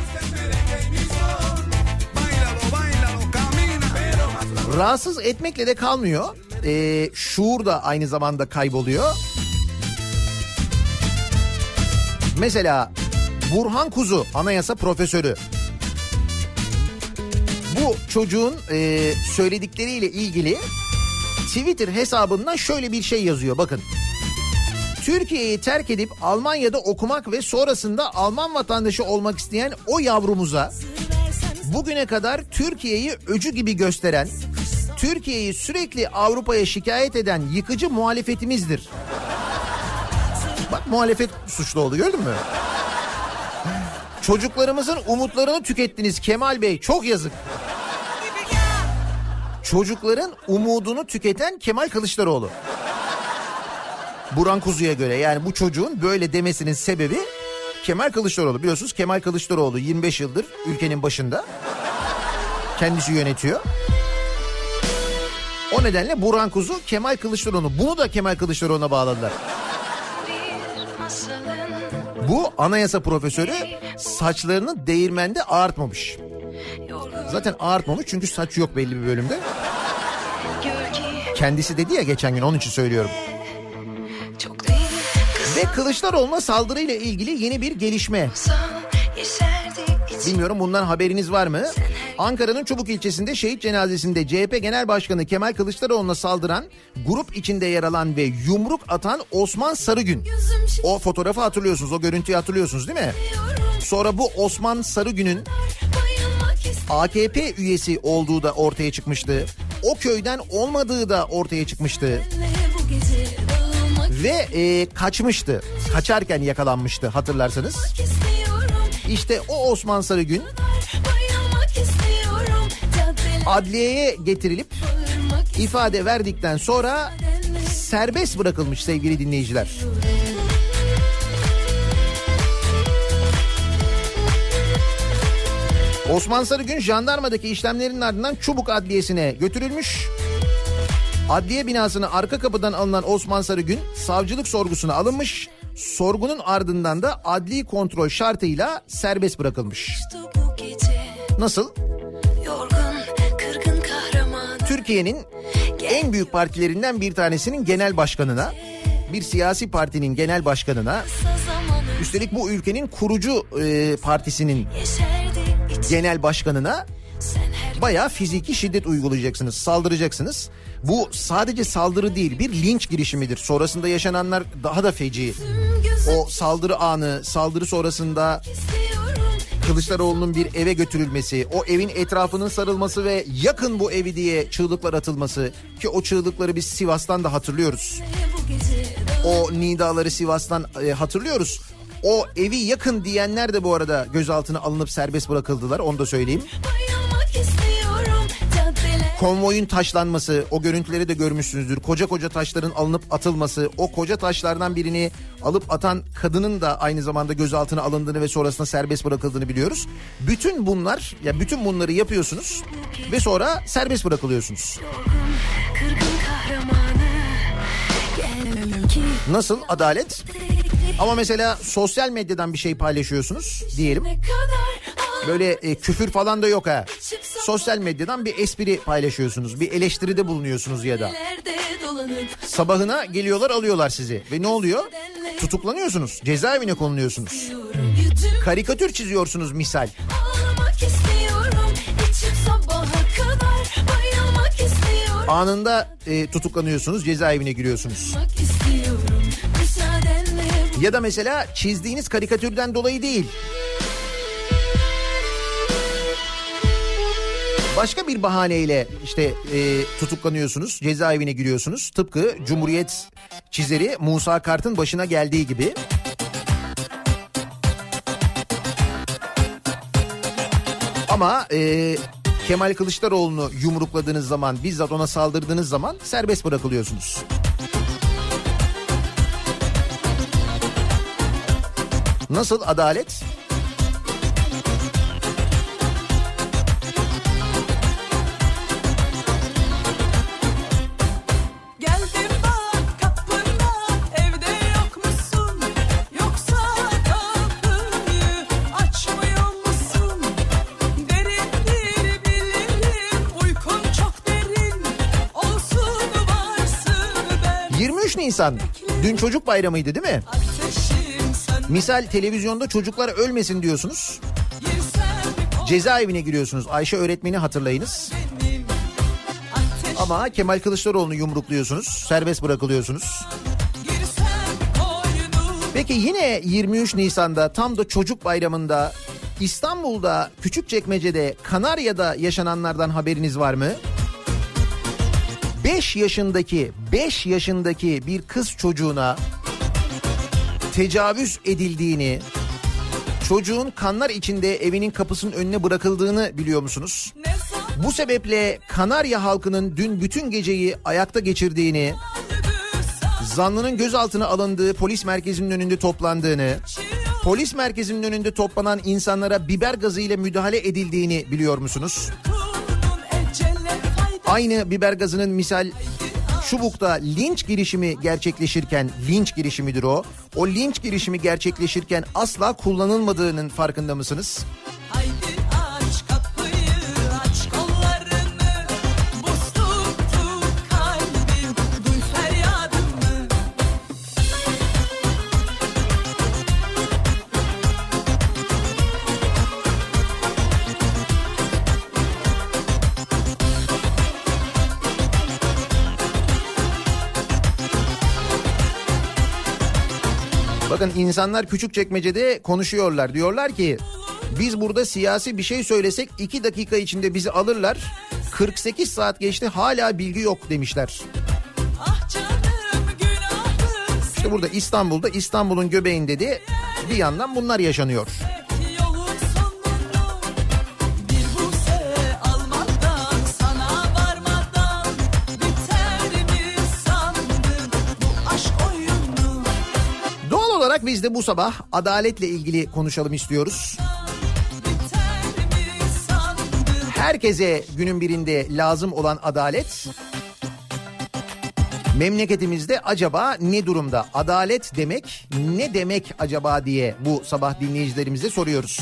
Rahatsız etmekle de kalmıyor. Şuur da aynı zamanda kayboluyor. Mesela Burhan Kuzu, anayasa profesörü. Bu çocuğun söyledikleriyle ilgili Twitter hesabından şöyle bir şey yazıyor, bakın. Türkiye'yi terk edip Almanya'da okumak ve sonrasında Alman vatandaşı olmak isteyen o yavrumuza bugüne kadar Türkiye'yi öcü gibi gösteren, Türkiye'yi sürekli Avrupa'ya şikayet eden yıkıcı muhalefetimizdir. Bak, muhalefet suçlu oldu, gördün mü? Çocuklarımızın umutlarını tükettiniz Kemal Bey, çok yazık. Çocukların umudunu tüketen Kemal Kılıçdaroğlu. Burhan Kuzu'ya göre, yani bu çocuğun böyle demesinin sebebi Kemal Kılıçdaroğlu. Biliyorsunuz Kemal Kılıçdaroğlu 25 yıldır ülkenin başında. Kendisi yönetiyor. O nedenle Burhan Kuzu Kemal Kılıçdaroğlu. Bunu da Kemal Kılıçdaroğlu'na bağladılar. Bu anayasa profesörü saçlarını değirmende ağartmamış. Zaten ağartmamış çünkü saç yok belli bir bölümde. Kendisi dedi ya geçen gün, onun için söylüyorum. Ve Kılıçdaroğlu'na saldırıyla ilgili yeni bir gelişme. Bilmiyorum, bundan haberiniz var mı? Ankara'nın Çubuk ilçesinde şehit cenazesinde CHP Genel Başkanı Kemal Kılıçdaroğlu'na saldıran, grup içinde yer alan ve yumruk atan Osman Sarıgün. O fotoğrafı hatırlıyorsunuz, o görüntüyü hatırlıyorsunuz değil mi? Sonra bu Osman Sarıgün'ün AKP üyesi olduğu da ortaya çıkmıştı. O köyden olmadığı da ortaya çıkmıştı. Ve kaçmıştı. Kaçarken yakalanmıştı, hatırlarsanız. İşte o Osman Sarıgün adliyeye getirilip ifade verdikten sonra serbest bırakılmış sevgili dinleyiciler. Osman Sarıgün jandarmadaki işlemlerinin ardından Çubuk Adliyesi'ne götürülmüş. Adliye binasının arka kapıdan alınan Osman Sarıgün savcılık sorgusuna alınmış. Sorgunun ardından da adli kontrol şartıyla serbest bırakılmış. Nasıl? Türkiye'nin en büyük partilerinden bir tanesinin genel başkanına, bir siyasi partinin genel başkanına, üstelik bu ülkenin kurucu partisinin genel başkanına bayağı fiziki şiddet uygulayacaksınız, saldıracaksınız. Bu sadece saldırı değil, bir linç girişimidir. Sonrasında yaşananlar daha da feci. O saldırı anı, saldırı sonrasında Kılıçdaroğlu'nun bir eve götürülmesi, o evin etrafının sarılması ve yakın bu evi diye çığlıklar atılması, ki o çığlıkları biz Sivas'tan da hatırlıyoruz. O nidaları Sivas'tan hatırlıyoruz. O evi yakın diyenler de bu arada gözaltına alınıp serbest bırakıldılar, onu da söyleyeyim. Konvoyun taşlanması, o görüntüleri de görmüşsünüzdür. Koca koca taşların alınıp atılması, o koca taşlardan birini alıp atan kadının da aynı zamanda gözaltına alındığını ve sonrasında serbest bırakıldığını biliyoruz. Bütün bunlar, ya bütün bunları yapıyorsunuz ve sonra serbest bırakılıyorsunuz. Nasıl adalet? Ama mesela sosyal medyadan bir şey paylaşıyorsunuz diyelim. Böyle küfür falan da yok ha. Sosyal medyadan bir espri paylaşıyorsunuz, bir eleştiride bulunuyorsunuz ya da. Sabahına geliyorlar, alıyorlar sizi ve ne oluyor? Tutuklanıyorsunuz, cezaevine konuluyorsunuz. Karikatür çiziyorsunuz misal. Anında tutuklanıyorsunuz, cezaevine giriyorsunuz. Ya da mesela çizdiğiniz karikatürden dolayı değil. Başka bir bahaneyle işte tutuklanıyorsunuz, cezaevine giriyorsunuz. Tıpkı Cumhuriyet çizeri Musa Kart'ın başına geldiği gibi. Ama Kemal Kılıçdaroğlu'nu yumrukladığınız zaman, bizzat ona saldırdığınız zaman serbest bırakılıyorsunuz. Nasıl adalet? Geldim bak kapına, evde yok musun? Yoksa kapıyı açmıyor musun? Derindir bilirim, uykun çok derin. Olsun varsın ben 23 Nisan dün çocuk bayramıydı değil mi? ateşim sen. Misal televizyonda çocuklar ölmesin diyorsunuz. Girsen Cezaevine giriyorsunuz. Ayşe öğretmeni hatırlayınız. benim ateş. Ama Kemal Kılıçdaroğlu'nu yumrukluyorsunuz. Serbest bırakılıyorsunuz. Girsen koynum. Peki yine 23 Nisan'da tam da çocuk bayramında İstanbul'da Küçükçekmece'de Kanarya'da yaşananlardan haberiniz var mı? 5 yaşındaki bir kız çocuğuna tecavüz edildiğini, çocuğun kanlar içinde evinin kapısının önüne bırakıldığını biliyor musunuz? Ne zaman Bu sebeple Kanarya halkının dün bütün geceyi ayakta geçirdiğini, zanlının gözaltına alındığı polis merkezinin önünde toplandığını, polis merkezinin önünde toplanan insanlara biber gazı ile müdahale edildiğini biliyor musunuz? kurunun ecele fayda. Aynı biber gazının misal Çubuk'ta linç girişimi gerçekleşirken, linç girişimidir o. O linç girişimi gerçekleşirken asla kullanılmadığının farkında mısınız? Haydi aç kapıyı, aç kollarını. Buz tuttu kalbim, duy feryadımı. Bakın insanlar Küçükçekmece'de konuşuyorlar. Diyorlar ki biz burada siyasi bir şey söylesek 2 dakika içinde bizi alırlar. 48 saat geçti hala bilgi yok demişler. Ah canım günahım İşte burada İstanbul'da, İstanbul'un göbeğinde de bir yandan bunlar yaşanıyor. senin yolun sonunu. Bir buse almadan, sana varmadan biter mi sandın bu aşk oyunu? Doğal olarak biz de bu sabah adaletle ilgili konuşalım istiyoruz. Biter mi sandın? Herkese günün birinde lazım olan adalet memleketimizde acaba ne durumda? Adalet demek ne demek acaba diye bu sabah dinleyicilerimize soruyoruz.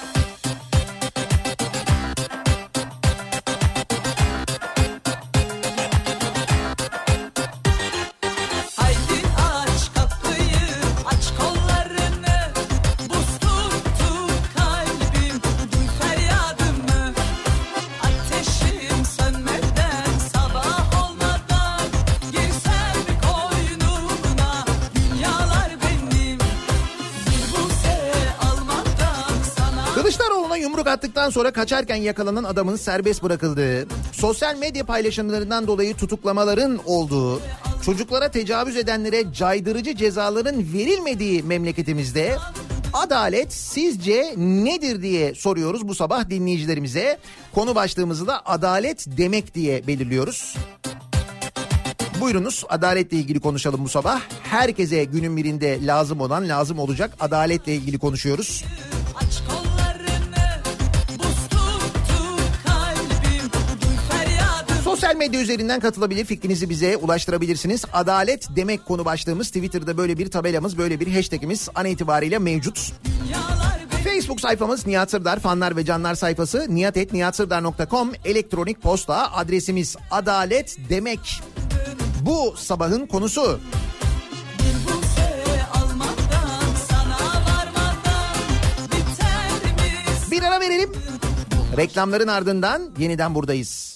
Haydi aç kapıyı, aç kollarını. Buz tuttu kalbim, duy feryadımı. Ateşim sönmeden, sabah olmadan girsem koynuna. Dünyalar benim, bir buse almadan sana. Kılıçdaroğlu'na yumruk attıktan sonra kaçarken yakalanan adamın serbest bırakıldığı, sosyal medya paylaşımlarından dolayı tutuklamaların olduğu, çocuklara tecavüz edenlere caydırıcı cezaların verilmediği memleketimizde adalet sizce nedir diye soruyoruz bu sabah dinleyicilerimize. Konu başlığımızı da adalet demek diye belirliyoruz. Buyurunuz adaletle ilgili konuşalım bu sabah. Herkese günün birinde lazım olan, lazım olacak adaletle ilgili konuşuyoruz. Aç kollarını, buz tuttu kalbim, duy feryadımı. Sosyal medya üzerinden katılabilir, fikrinizi bize ulaştırabilirsiniz. Adalet demek konu başlığımız. Twitter'da böyle bir tabelamız, böyle bir hashtagimiz an itibariyle mevcut. Dünyalar benim. Facebook sayfamız Nihat Sırdar fanlar ve canlar sayfası nihat@nihatsırdar.com, elektronik posta adresimiz adalet demek. Bu sabahın konusu. Bir buse almadan, sana varmadan biter mi? Bir ara verelim. Reklamların ardından yeniden buradayız.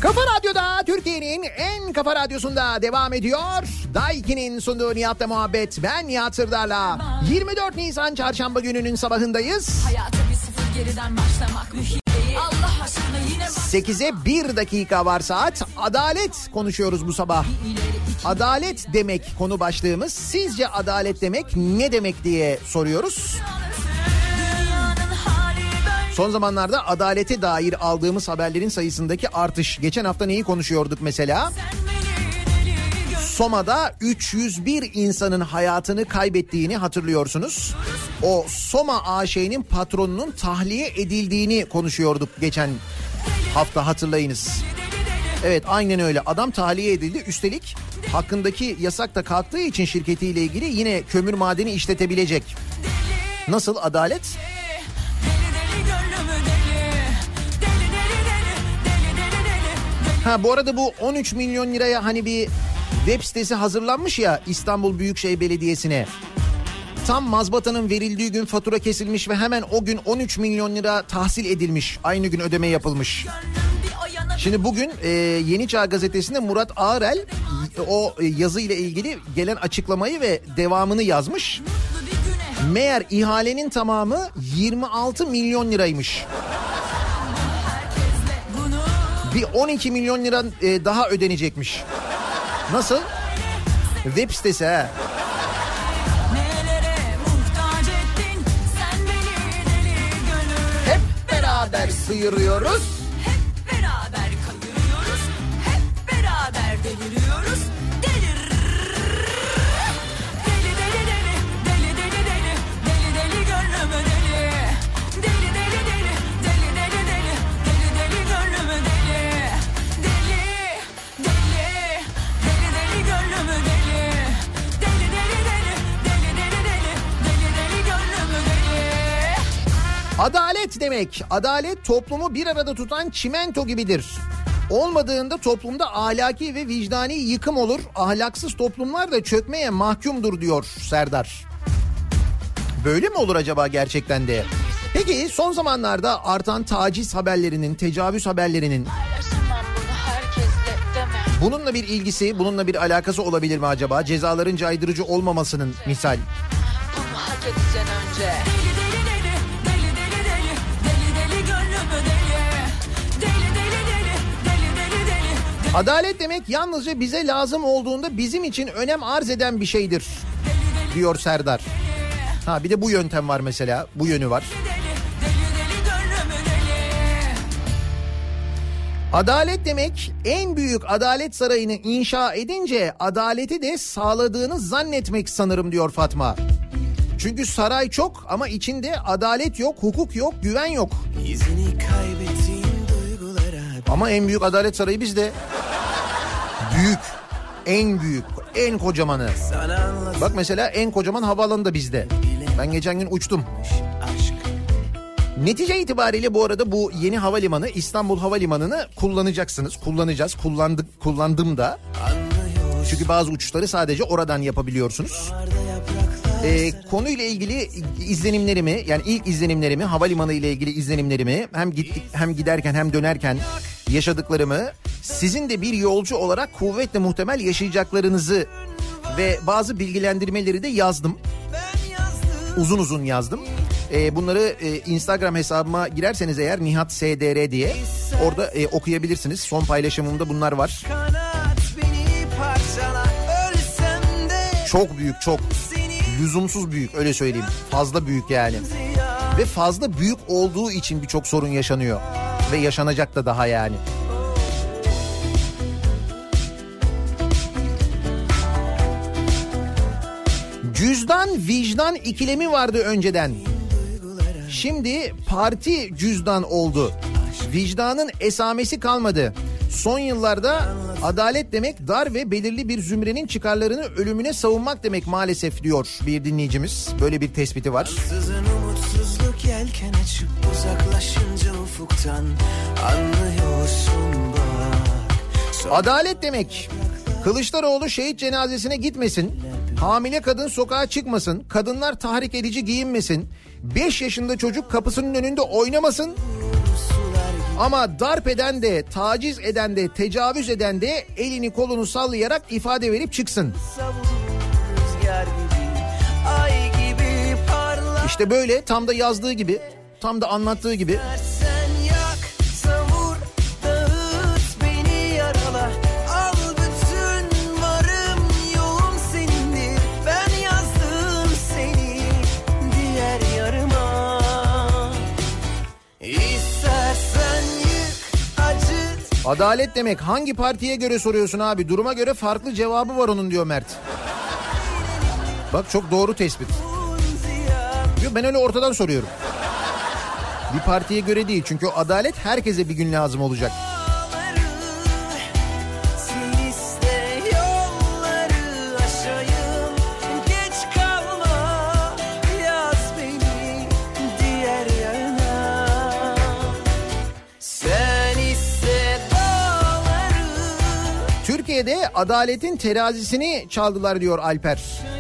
Kafa Radyo'da, Türkiye'nin en kafa radyosunda devam ediyor. Daiki'nin sunduğu Nihat'la muhabbet. Ben Nihat Sırdar'la 24 Nisan Çarşamba gününün sabahındayız. Hayata bir sıfır geriden başlamak mühim değil. Allah aşkına yine bak. 8'e 1 dakika var saat. Adalet konuşuyoruz bu sabah. Adalet demek konu başlığımız. Sizce adalet demek ne demek diye soruyoruz. Dünyanın hali böyle. Son zamanlarda adalete dair aldığımız haberlerin sayısındaki artış. Geçen hafta neyi konuşuyorduk mesela? Soma'da 301 insanın hayatını kaybettiğini hatırlıyorsunuz. O Soma AŞ'nin patronunun tahliye edildiğini konuşuyorduk geçen hafta, hatırlayınız. Evet, aynen öyle. Adam tahliye edildi. Üstelik hakkındaki yasak da kalktığı için şirketiyle ilgili yine kömür madeni işletebilecek. Nasıl adalet? Ha, bu arada bu 13 milyon liraya hani bir web sitesi hazırlanmış ya İstanbul Büyükşehir Belediyesi'ne. Tam mazbatanın verildiği gün fatura kesilmiş ve hemen o gün 13 milyon lira tahsil edilmiş. Aynı gün ödeme yapılmış. Şimdi bugün Yeni Çağ Gazetesi'nde Murat Ağrel o yazı ile ilgili gelen açıklamayı ve devamını yazmış. Meğer ihalenin tamamı 26 milyon liraymış. Bir 12 milyon lira daha ödenecekmiş. Nasıl? Web sitesi ha. Hep beraber sıyırıyoruz. Hep beraber kayırıyoruz. Hep beraber deliriyoruz. Delir. Deli deli deli. Deli deli deli. Deli deli gönlümü deli. Deli deli deli. Deli deli deli. Deli deli gönlümü deli. Deli. Deli. Deli deli gönlümü deli. Deli deli deli. Deli deli deli. Deli deli gönlümü deli. Adalet demek. Adalet toplumu bir arada tutan çimento gibidir. Olmadığında toplumda ahlaki ve vicdani yıkım olur. Ahlaksız toplumlar da çökmeye mahkumdur diyor Serdar. Böyle mi olur acaba gerçekten de? Peki son zamanlarda artan taciz haberlerinin, tecavüz haberlerinin bununla bir ilgisi, bununla bir alakası olabilir mi acaba? Cezaların caydırıcı olmamasının misal. Bunu hak edeceksin önce. Deli deli deli. Deli deli deli. Deli deli gönlümü deli. Deli deli deli. Deli deli deli. Adalet demek yalnızca bize lazım olduğunda bizim için önem arz eden bir şeydir diyor Serdar. Ha, bir de bu yöntem var mesela, bu yönü var. Adalet demek en büyük adalet sarayını inşa edince adaleti de sağladığını zannetmek sanırım diyor Fatma. Çünkü saray çok ama içinde adalet yok, hukuk yok, güven yok. Ama en büyük adalet sarayı bizde. Büyük, en büyük, en kocamanı. Bak mesela en kocaman havaalanı da bizde. Ben geçen gün uçtum. Netice itibariyle bu arada bu yeni havalimanı, İstanbul Havalimanı'nı kullanacaksınız. Kullandım da. Çünkü bazı uçuşları sadece oradan yapabiliyorsunuz. Konuyla ilgili izlenimlerimi, yani ilk izlenimlerimi, havalimanı ile ilgili izlenimlerimi hem giderken hem dönerken yaşadıklarımı, sizin de bir yolcu olarak kuvvetle muhtemel yaşayacaklarınızı ve bazı bilgilendirmeleri de yazdım. Uzun uzun yazdım. Bunları Instagram hesabıma girerseniz eğer Nihat SDR diye orada okuyabilirsiniz. Son paylaşımımda bunlar var. Çok büyük, çok lüzumsuz büyük, öyle söyleyeyim. Fazla büyük yani. Ve fazla büyük olduğu için birçok sorun yaşanıyor. Ve yaşanacak da daha yani. Cüzdan vicdan ikilemi vardı önceden. Şimdi parti cüzdan oldu. Vicdanın esamesi kalmadı. Son yıllarda adalet demek dar ve belirli bir zümrenin çıkarlarını ölümüne savunmak demek maalesef diyor bir dinleyicimiz. Böyle bir tespiti var. Umutsuzluk yelken açıp uzaklaşınca ufuktan anlıyorsun bak. Adalet demek Kılıçdaroğlu şehit cenazesine gitmesin, hamile kadın sokağa çıkmasın, kadınlar tahrik edici giyinmesin, 5 yaşında çocuk kapısının önünde oynamasın. Ama darp eden de, taciz eden de, tecavüz eden de elini kolunu sallayarak ifade verip çıksın. İşte böyle tam da yazdığı gibi, tam da anlattığı gibi. Adalet demek hangi partiye göre soruyorsun abi? Duruma göre farklı cevabı var onun diyor Mert. Bak çok doğru tespit. Diyor, ben öyle ortadan soruyorum. Bir partiye göre değil çünkü o adalet herkese bir gün lazım olacak. Türkiye'de adaletin terazisini çaldılar diyor Alper.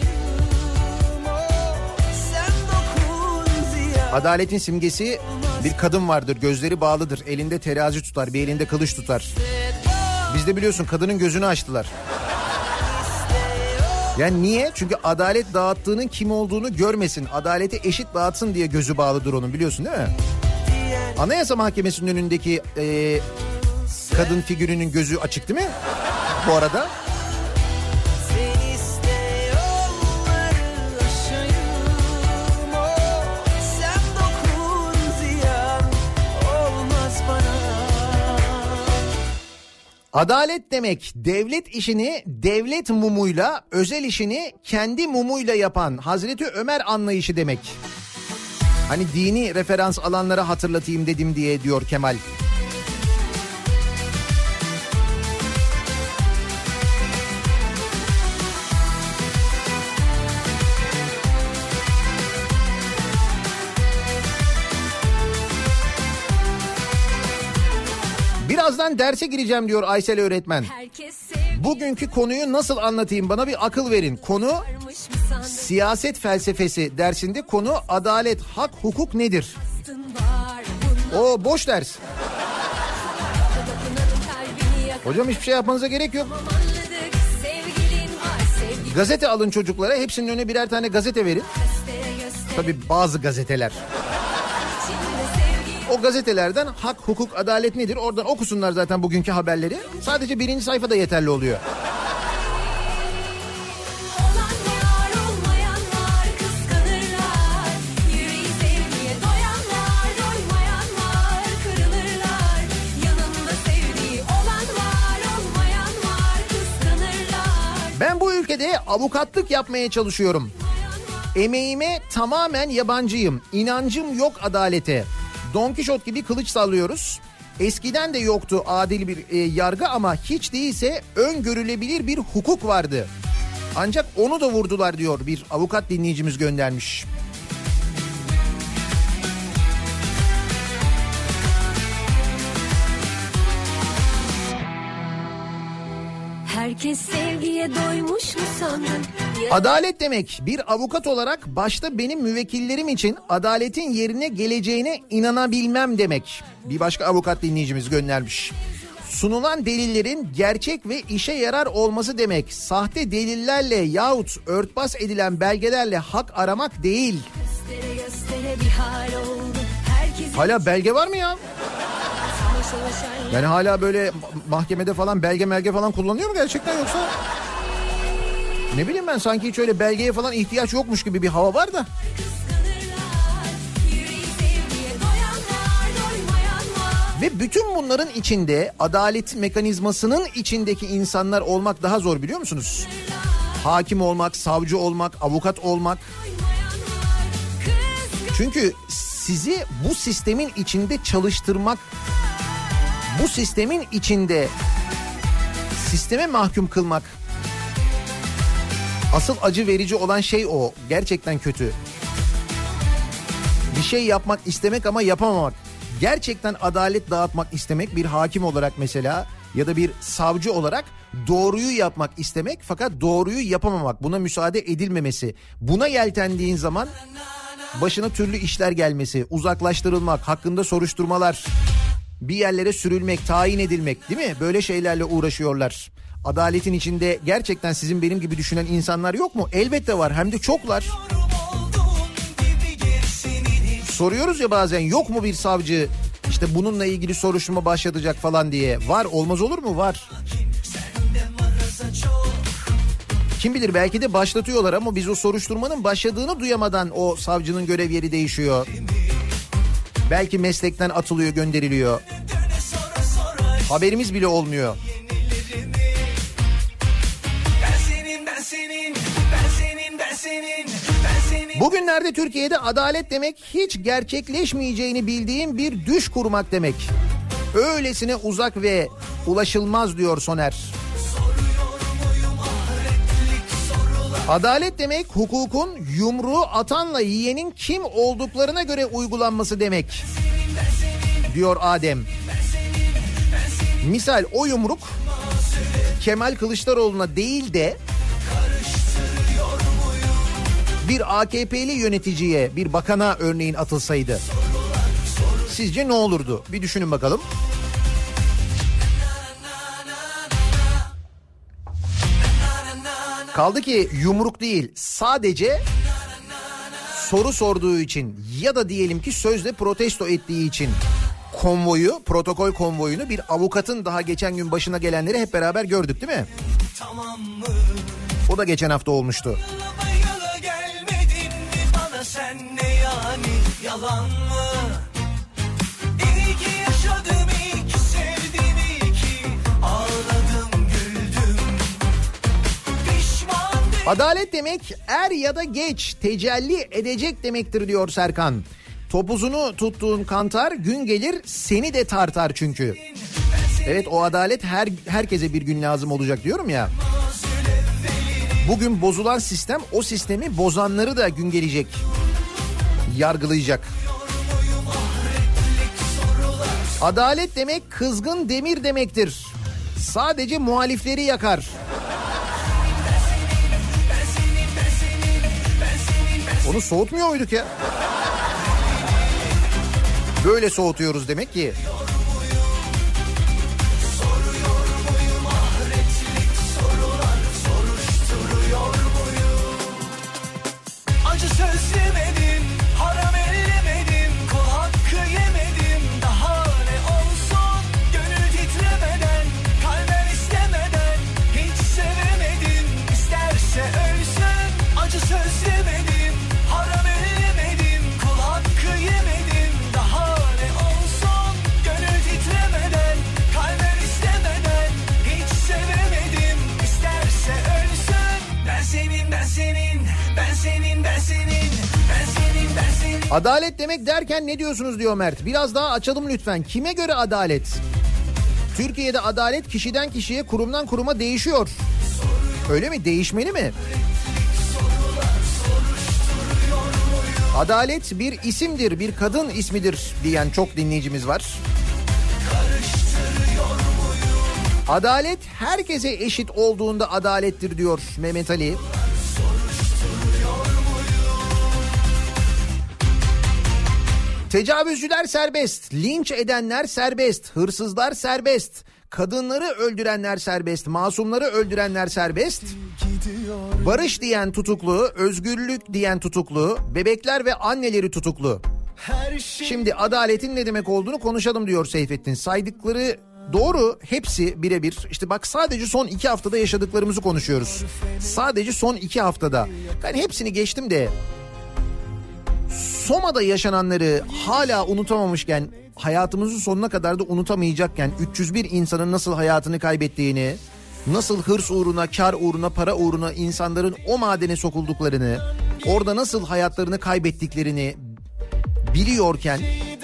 Adaletin simgesi bir kadın vardır, gözleri bağlıdır, elinde terazi tutar, bir elinde kılıç tutar. Bizde biliyorsun kadının gözünü açtılar. Yani niye? Çünkü adalet dağıttığının kim olduğunu görmesin, adaleti eşit dağıtsın diye gözü bağlıdır onun, biliyorsun değil mi? Anayasa Mahkemesi'nin önündeki kadın figürünün gözü açık değil mi? Bu arada. Adalet demek devlet işini devlet mumuyla, özel işini kendi mumuyla yapan Hazreti Ömer anlayışı demek. Hani dini referans alanlara hatırlatayım dedim diye diyor Kemal. Birazdan derse gireceğim diyor Aysel öğretmen. Bugünkü konuyu nasıl anlatayım, bana bir akıl verin. Konu siyaset felsefesi dersinde konu adalet, hak, hukuk nedir? O boş ders. Hocam hiçbir şey yapmanıza gerek yok. Gazete alın çocuklara, hepsinin önüne birer tane gazete verin. Tabii bazı gazeteler. O gazetelerden hak, hukuk, adalet nedir? Oradan okusunlar zaten bugünkü haberleri. Sadece birinci sayfada yeterli oluyor. Ben bu ülkede avukatlık yapmaya çalışıyorum. Emeğime tamamen yabancıyım. İnancım yok adalete. Don Kişot gibi kılıç sallıyoruz. Eskiden de yoktu adil bir yargı ama hiç değilse öngörülebilir bir hukuk vardı. Ancak onu da vurdular diyor bir avukat dinleyicimiz göndermiş. Herkes sevgiye doymuş mu sandın? Adalet demek bir avukat olarak başta benim müvekkillerim için adaletin yerine geleceğine inanabilmem demek. Bir başka avukat dinleyicimiz göndermiş. Sunulan delillerin gerçek ve işe yarar olması demek. Sahte delillerle yahut örtbas edilen belgelerle hak aramak değil. Hala belge var mı ya? Yani hala böyle mahkemede falan belge falan kullanıyor mu gerçekten, yoksa? Ne bileyim ben, sanki hiç öyle belgeye falan ihtiyaç yokmuş gibi bir hava var da. Ve bütün bunların içinde, adalet mekanizmasının içindeki insanlar olmak daha zor, biliyor musunuz? Hakim olmak, savcı olmak, avukat olmak. Çünkü sizi bu sistemin içinde çalıştırmak, bu sistemin içinde sisteme mahkum kılmak, asıl acı verici olan şey o. Gerçekten kötü. Bir şey yapmak istemek ama yapamamak. Gerçekten adalet dağıtmak istemek, bir hakim olarak mesela ya da bir savcı olarak doğruyu yapmak istemek fakat doğruyu yapamamak, buna müsaade edilmemesi. Buna yeltendiğin zaman başına türlü işler gelmesi, uzaklaştırılmak, hakkında soruşturmalar, bir yerlere sürülmek, tayin edilmek, değil mi? Böyle şeylerle uğraşıyorlar. Adaletin içinde gerçekten sizin benim gibi düşünen insanlar yok mu? Elbette var, hem de çoklar. Soruyoruz ya bazen, yok mu bir savcı işte bununla ilgili soruşturma başlatacak falan diye. Var, olmaz olur mu? Var. Kim bilir, belki de başlatıyorlar ama biz o soruşturmanın başladığını duyamadan o savcının görev yeri değişiyor. Belki meslekten atılıyor, gönderiliyor. Haberimiz bile olmuyor. Bugünlerde Türkiye'de adalet demek hiç gerçekleşmeyeceğini bildiğim bir düş kurmak demek. Öylesine uzak ve ulaşılmaz diyor Soner. Adalet demek hukukun yumruğu atanla yiyenin kim olduklarına göre uygulanması demek diyor Adem. Misal o yumruk Kemal Kılıçdaroğlu'na değil de bir AKP'li yöneticiye, bir bakana örneğin atılsaydı sizce ne olurdu? Bir düşünün bakalım. Kaldı ki yumruk değil, sadece soru sorduğu için ya da diyelim ki sözle protesto ettiği için konvoyu, protokol konvoyunu, bir avukatın daha geçen gün başına gelenleri hep beraber gördük değil mi? O da geçen hafta olmuştu. Sen ne yani, yalan mı? İyi ki yaşadım, iyi ki sevdim, iyi ki ağladım, güldüm. Pişman değilim. Adalet demek er ya da geç tecelli edecek demektir diyor Serkan. Topuzunu tuttuğun kantar gün gelir seni de tartar çünkü. Evet, o adalet herkese bir gün lazım olacak diyorum ya. Bugün bozulan sistem o sistemi bozanları da gün gelecek yargılayacak. Adalet demek kızgın demir demektir. Sadece muhalifleri yakar. Onu soğutmuyor muyduk ya? Böyle soğutuyoruz demek ki. Acı söz yemedim, haram ellemedim, kul hakkı yemedim. Daha ne olsun, gönül titremeden, kalben istemeden, hiç sevemedim. İsterse ölsün, acı söz yemedim, haram ellemedim, kul hakkı yemedim. Daha ne olsun, gönül titremeden, kalben istemeden, hiç sevemedim. İsterse ölsün, ben senin, ben senin, ben senin, ben senin, ben senin, ben senin. Adalet demek derken ne diyorsunuz diyor Mert. Biraz daha açalım lütfen. Kime göre adalet? Türkiye'de adalet kişiden kişiye, kurumdan kuruma değişiyor. Öyle mi? Değişmeli mi? Adalet bir isimdir, bir kadın ismidir diyen çok dinleyicimiz var. Adalet herkese eşit olduğunda adalettir diyor Mehmet Ali. Tecavüzcüler serbest, linç edenler serbest, hırsızlar serbest, kadınları öldürenler serbest, masumları öldürenler serbest, barış diyen tutuklu, özgürlük diyen tutuklu, bebekler ve anneleri tutuklu. Şimdi adaletin ne demek olduğunu konuşalım diyor Seyfettin. Saydıkları doğru, hepsi birebir. İşte bak, sadece son 2 haftada yaşadıklarımızı konuşuyoruz. Sadece son 2 haftada. Ben hepsini geçtim de Soma'da yaşananları hala unutamamışken, hayatımızın sonuna kadar da unutamayacakken 301 insanın nasıl hayatını kaybettiğini, nasıl hırs uğruna, kar uğruna, para uğruna insanların o madene sokulduklarını, orada nasıl hayatlarını kaybettiklerini biliyorken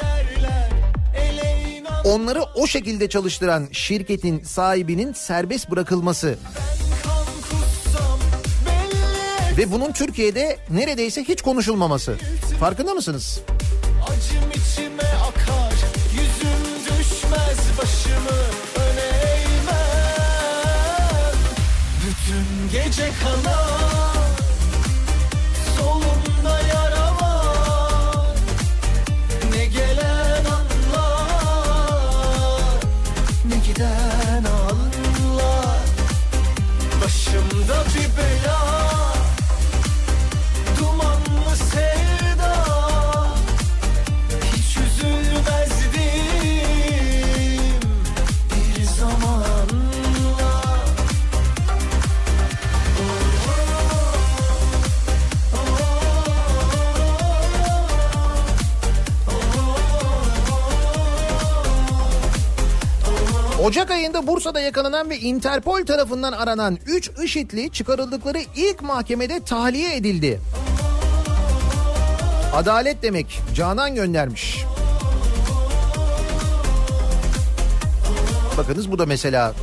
onları o şekilde çalıştıran şirketin sahibinin serbest bırakılması ve bunun Türkiye'de neredeyse hiç konuşulmaması. Farkında mısınız? Acım içime akar, yüzüm düşmez, başımı öne eğmem. Bütün gece kanar, solumda yara var. Ne gelen anlar, sen anla. Başımda bir bela, dumanlı sevda. Hiç üzülmezdim bir zamanla. Ocak ayında Bursa'da yakalanan ve Interpol tarafından aranan 3 IŞİD'li çıkarıldıkları ilk mahkemede tahliye edildi. Adalet demek. Canan göndermiş. Bakınız bu da mesela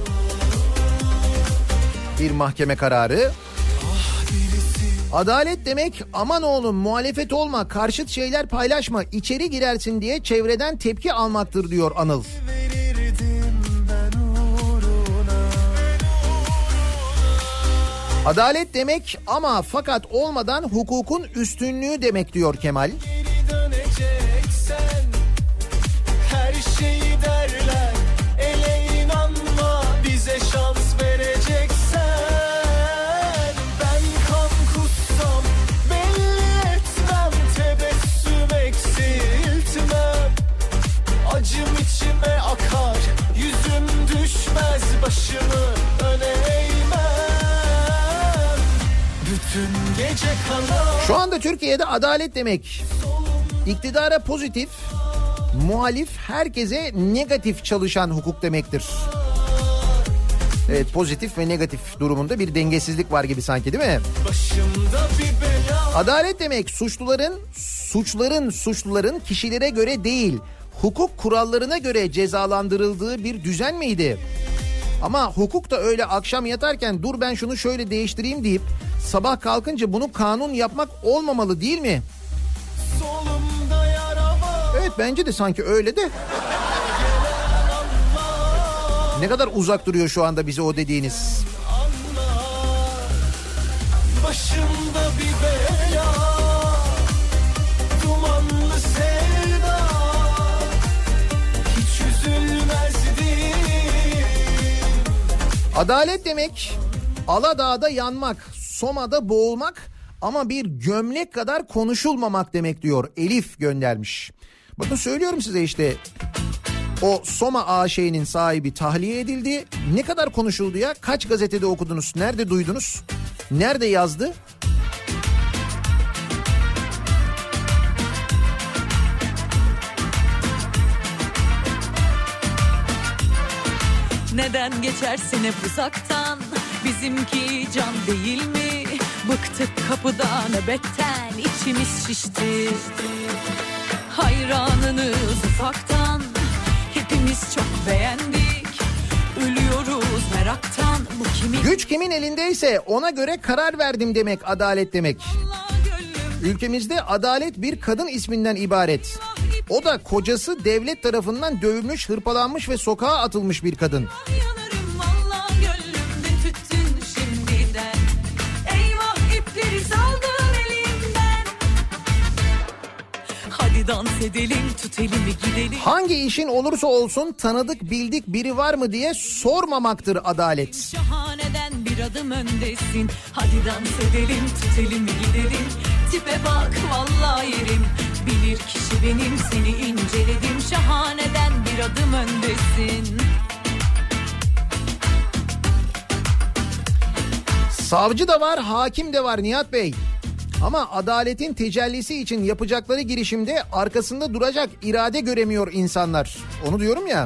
bir mahkeme kararı. Adalet demek aman oğlum muhalefet olma, karşıt şeyler paylaşma, içeri girersin diye çevreden tepki almaktır diyor Anıl. Adalet demek ama fakat olmadan hukukun üstünlüğü demek diyor Kemal. Döneceksen her şeyi derler, ele inanma, bize şans vereceksen. Ben kan kussam belli etmem, tebessüm eksiltmem. Acım içime akar, yüzüm düşmez, başımı öne eğmem. Bütün gece kalan. Şu anda Türkiye'de adalet demek iktidara pozitif, muhalif herkese negatif çalışan hukuk demektir. Evet, pozitif ve negatif durumunda bir dengesizlik var gibi sanki, değil mi? Adalet demek suçluların kişilere göre değil, hukuk kurallarına göre cezalandırıldığı bir düzen miydi? Ama hukuk da öyle akşam yatarken dur ben şunu şöyle değiştireyim deyip sabah kalkınca bunu kanun yapmak olmamalı, değil mi? Evet, bence de sanki öyle de. Ne kadar uzak duruyor şu anda bize o dediğiniz. Başımda bir bela, dumanlı sevda. Hiç üzülmezdim. Adalet demek Aladağ'da yanmak, Soma'da boğulmak ama bir gömlek kadar konuşulmamak demek diyor. Elif göndermiş. Bakın söylüyorum size, işte o Soma AŞ'nin sahibi tahliye edildi. Ne kadar konuşuldu ya? Kaç gazetede okudunuz? Nerede duydunuz? Nerede yazdı? Neden geçersin hep uzaktan? Bizimki can değil mi? Bıktık kapıda nöbetten, içimiz şişti. Hayranınız ufaktan, hepimiz çok beğendik. Ölüyoruz meraktan, bu kimin? Güç kimin elindeyse ona göre karar verdim demek adalet demek. Ülkemizde adalet bir kadın isminden ibaret. O da kocası devlet tarafından dövülmüş, hırpalanmış ve sokağa atılmış bir kadın. Yanarım vallahi gönlümde tüttün şimdiden. Eyvah ipleri saldım elimden. Hadi dans edelim, tut elimi gidelim. Hangi işin olursa olsun tanıdık bildik biri var mı diye sormamaktır adalet. Şahaneden bir adım öndesin. Hadi dans edelim, tut elimi gidelim. Tipe bak vallahi yerim. Bilir kişi benim, seni inceledim. Şahaneden bir adım öndesin. Savcı da var, hakim de var Nihat Bey. Ama adaletin tecellisi için yapacakları girişimde arkasında duracak irade göremiyor insanlar. Onu diyorum ya.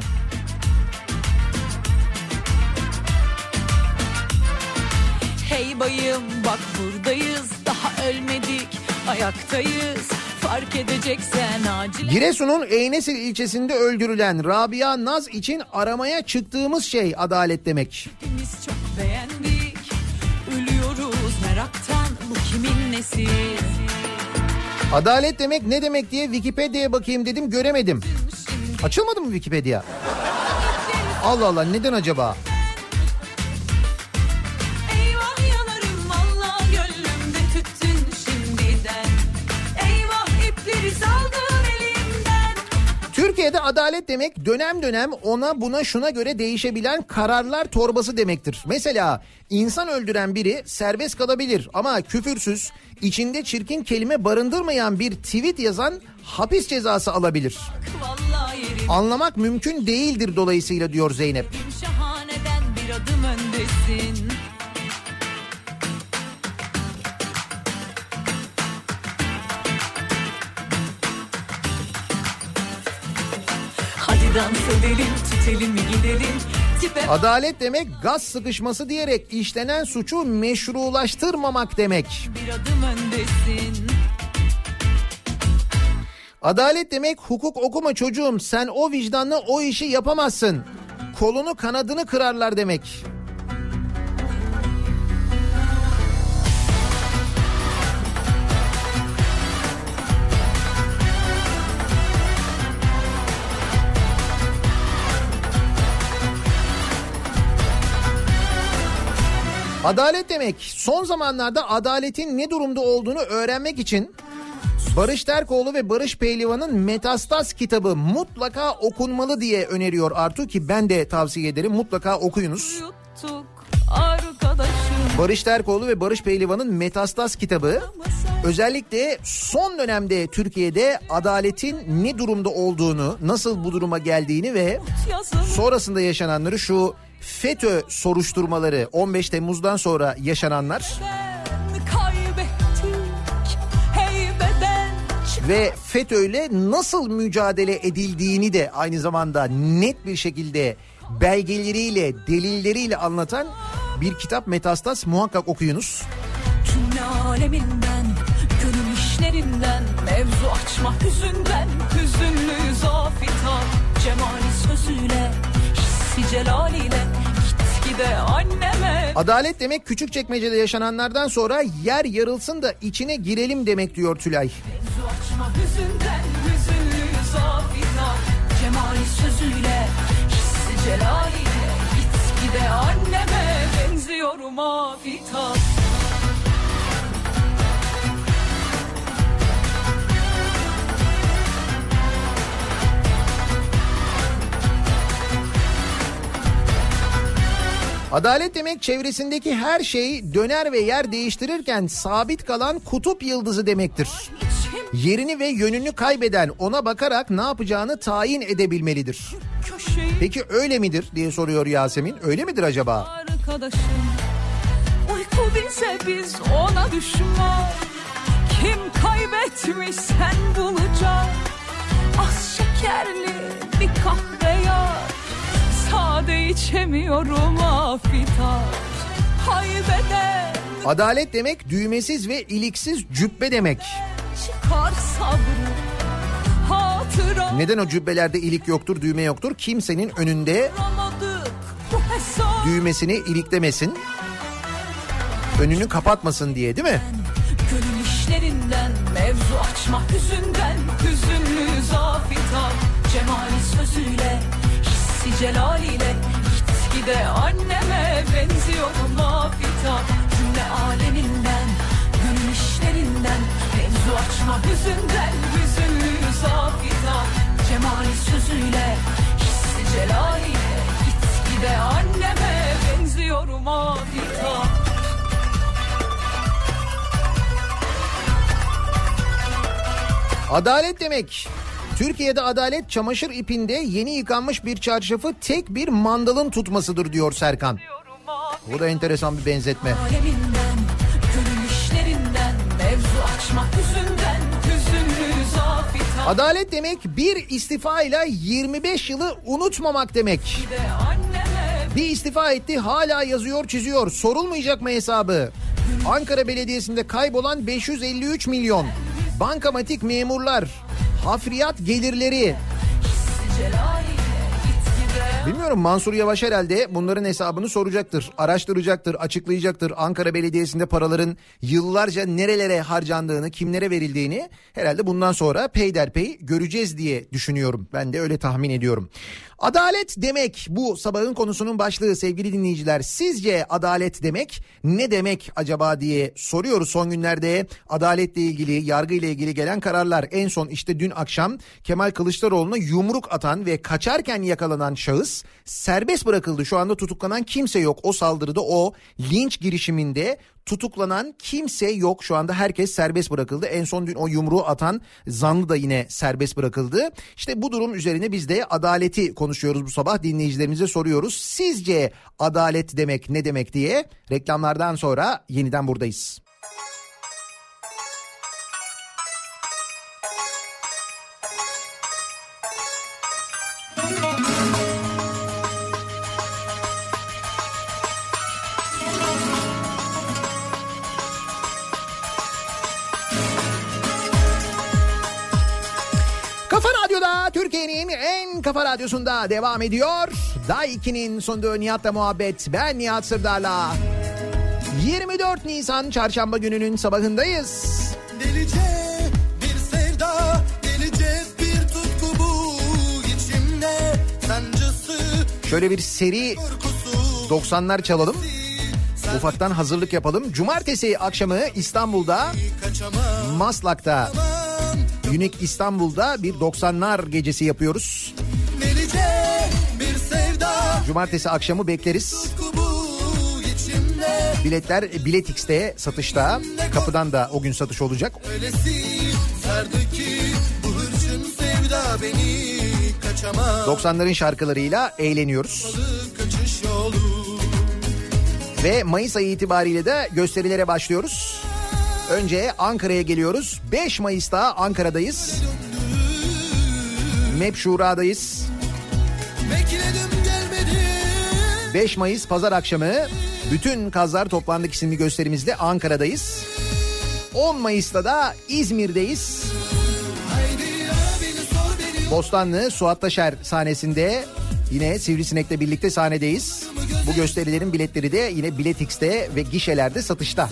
Hey bayım bak buradayız, daha ölmedik, ayaktayız. Fark edeceksen acil. Giresun'un Eynesil ilçesinde öldürülen Rabia Naz için aramaya çıktığımız şey adalet demek. Biz çok beğendik, ölüyoruz meraktan, bu kimin nesi? Adalet demek ne demek diye Wikipedia'ya bakayım dedim, göremedim. Açılmadı mı Wikipedia? Allah Allah, neden acaba? Eyvah yanarım vallahi gönlümde tüttün şimdiden. Eyvah ipleri saldım elimden. Türkiye'de adalet demek dönem dönem ona buna şuna göre değişebilen kararlar torbası demektir. Mesela insan öldüren biri serbest kalabilir ama küfürsüz, içinde çirkin kelime barındırmayan bir tweet yazan hapis cezası alabilir. Anlamak mümkün değildir dolayısıyla diyor Zeynep. Şahaneden bir adım öndesin. Hadi dans edelim, tütelim gidelim. Adalet demek gaz sıkışması diyerek işlenen suçu meşrulaştırmamak demek. Bir adım öndesin. Adalet demek hukuk okuma çocuğum, sen o vicdanla o işi yapamazsın. Kolunu kanadını kırarlar demek. Adalet demek son zamanlarda adaletin ne durumda olduğunu öğrenmek için Barış Terkoğlu ve Barış Pehlivan'ın Metastaz kitabı mutlaka okunmalı diye öneriyor Artu, ki ben de tavsiye ederim, mutlaka okuyunuz. Barış Terkoğlu ve Barış Pehlivan'ın Metastaz kitabı özellikle son dönemde Türkiye'de adaletin ne durumda olduğunu, nasıl bu duruma geldiğini ve sonrasında yaşananları, şu FETÖ soruşturmaları 15 Temmuz'dan sonra yaşananlar ve FETÖ'yle nasıl mücadele edildiğini de aynı zamanda net bir şekilde belgeleriyle, delilleriyle anlatan bir kitap Metastaz, muhakkak okuyunuz. Cümle aleminden, gönül işlerinden, mevzu açma hüzünden, hüzünlü zafitan, cemali sözüyle, hissi celaliyle, gitgide anneme. Adalet demek Küçükçekmece'de yaşananlardan sonra yer yarılsın da içine girelim demek diyor Tülay. Mevzu açma hüzünden, hüzünlü zafitan, cemali sözüyle, hissi celaliyle, gitgide anneme benziyorum afitan. Adalet demek çevresindeki her şey döner ve yer değiştirirken sabit kalan kutup yıldızı demektir. Yerini ve yönünü kaybeden ona bakarak ne yapacağını tayin edebilmelidir. Peki öyle midir diye soruyor Yasemin. Öyle midir acaba? Arkadaşım, uyku bize biz ona düşman. Kim kaybetmiş sen bulacak. Az şekerli bir kahve yar. Sade içemiyorum afitar. Haybeden. Adalet demek düğmesiz ve iliksiz cübbe demek. Çıkar sabrı, hatıra. Neden o cübbelerde ilik yoktur, düğme yoktur? Kimsenin önünde düğmesini iliklemesin, önünü kapatmasın diye, değil mi? Gönül işlerinden, mevzu açma hüzünden, hüzünlü zafitan, cemali sözüyle, hissi celaliyle, gitgide anneme benziyorum afitan. Cümle aleminden, gönül işlerinden, mevzu açma hüzünden, hüzünlü zafitan, cemali sözüyle, hissi celaliyle, gitgide anneme benziyorum afitan. Adalet demek Türkiye'de adalet çamaşır ipinde yeni yıkanmış bir çarşafı tek bir mandalın tutmasıdır diyor Serkan. Bu da enteresan bir benzetme. Aleminden, gönül işlerinden, mevzu açma hüzünden, hüzünlü zafitan. Adalet demek bir istifayla 25 yılı unutmamak demek. Bir istifa etti, hala yazıyor çiziyor, sorulmayacak mı hesabı? Ankara Belediyesi'nde kaybolan 553 milyon, bankamatik memurlar, hafriyat gelirleri. Bilmiyorum, Mansur Yavaş herhalde bunların hesabını soracaktır, araştıracaktır, açıklayacaktır. Ankara Belediyesi'nde paraların yıllarca nerelere harcandığını, kimlere verildiğini herhalde bundan sonra peyderpey göreceğiz diye düşünüyorum. Ben de öyle tahmin ediyorum. Adalet demek bu sabahın konusunun başlığı sevgili dinleyiciler. Sizce adalet demek ne demek acaba diye soruyoruz. Son günlerde adaletle ilgili, yargıyla ilgili gelen kararlar. En son işte dün akşam Kemal Kılıçdaroğlu'na yumruk atan ve kaçarken yakalanan şahıs serbest bırakıldı. Şu anda tutuklanan kimse yok. O saldırıda, o linç girişiminde tutuklanan kimse yok. Şu anda herkes serbest bırakıldı. En son dün o yumruğu atan zanlı da yine serbest bırakıldı. İşte bu durum üzerine biz de adaleti konuşuyoruz bu sabah. Dinleyicilerimize soruyoruz. Sizce adalet demek ne demek diye. Reklamlardan sonra yeniden buradayız. Türkiye'nin en kafa radyosunda devam ediyor. Daiki'nin sunduğu Nihat'la muhabbet. Ben Nihat Sırdar'la. 24 Nisan Çarşamba gününün sabahındayız. Delice bir sevda, delice bir tutku bu içimde sancısı. Şöyle bir seri 90'lar çalalım. Ufaktan hazırlık yapalım. Cumartesi akşamı İstanbul'da, Maslak'ta, Unique İstanbul'da bir 90'lar gecesi yapıyoruz. Cumartesi akşamı bekleriz. Biletler Biletix'te satışta. Kapıdan da o gün satış olacak. 90'ların şarkılarıyla eğleniyoruz. Ve Mayıs ayı itibariyle de gösterilere başlıyoruz. Önce Ankara'ya geliyoruz. 5 Mayıs'ta Ankara'dayız. MEP Şura'dayız. 5 Mayıs Pazar akşamı Bütün Kazlar Toplandık isimli gösterimizde Ankara'dayız. 10 Mayıs'ta da İzmir'deyiz. Bostanlı Suat Taşer sahnesinde yine Sivrisinek'le birlikte sahnedeyiz. Bu gösterilerin biletleri de yine Biletix'te ve gişelerde satışta.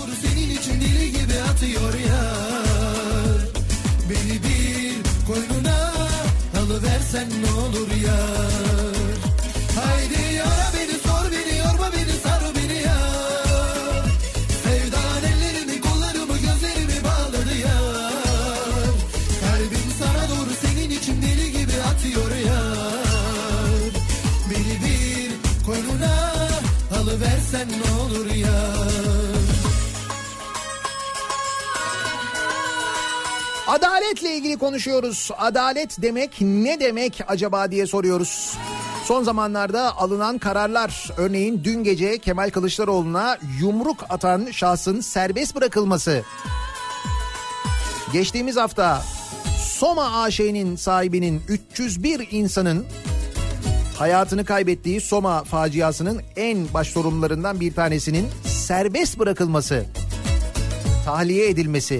Atıyor ya, beni bir koynuna alıversen ne olur ya. Haydi yara beni, sor beni, yorma beni, sar beni ya. Sevdan ellerimi, kollarımı, gözlerimi bağladı ya. Kalbim sana doğru senin için deli gibi atıyor ya. Beni bir koynuna alıversen ne olur ya. Adaletle ilgili konuşuyoruz. Adalet demek ne demek acaba diye soruyoruz. Son zamanlarda alınan kararlar, örneğin dün gece Kemal Kılıçdaroğlu'na yumruk atan şahsın serbest bırakılması. Geçtiğimiz hafta Soma AŞ'nin sahibinin 301 insanın hayatını kaybettiği Soma faciasının en baş sorumlularından bir tanesinin serbest bırakılması, tahliye edilmesi.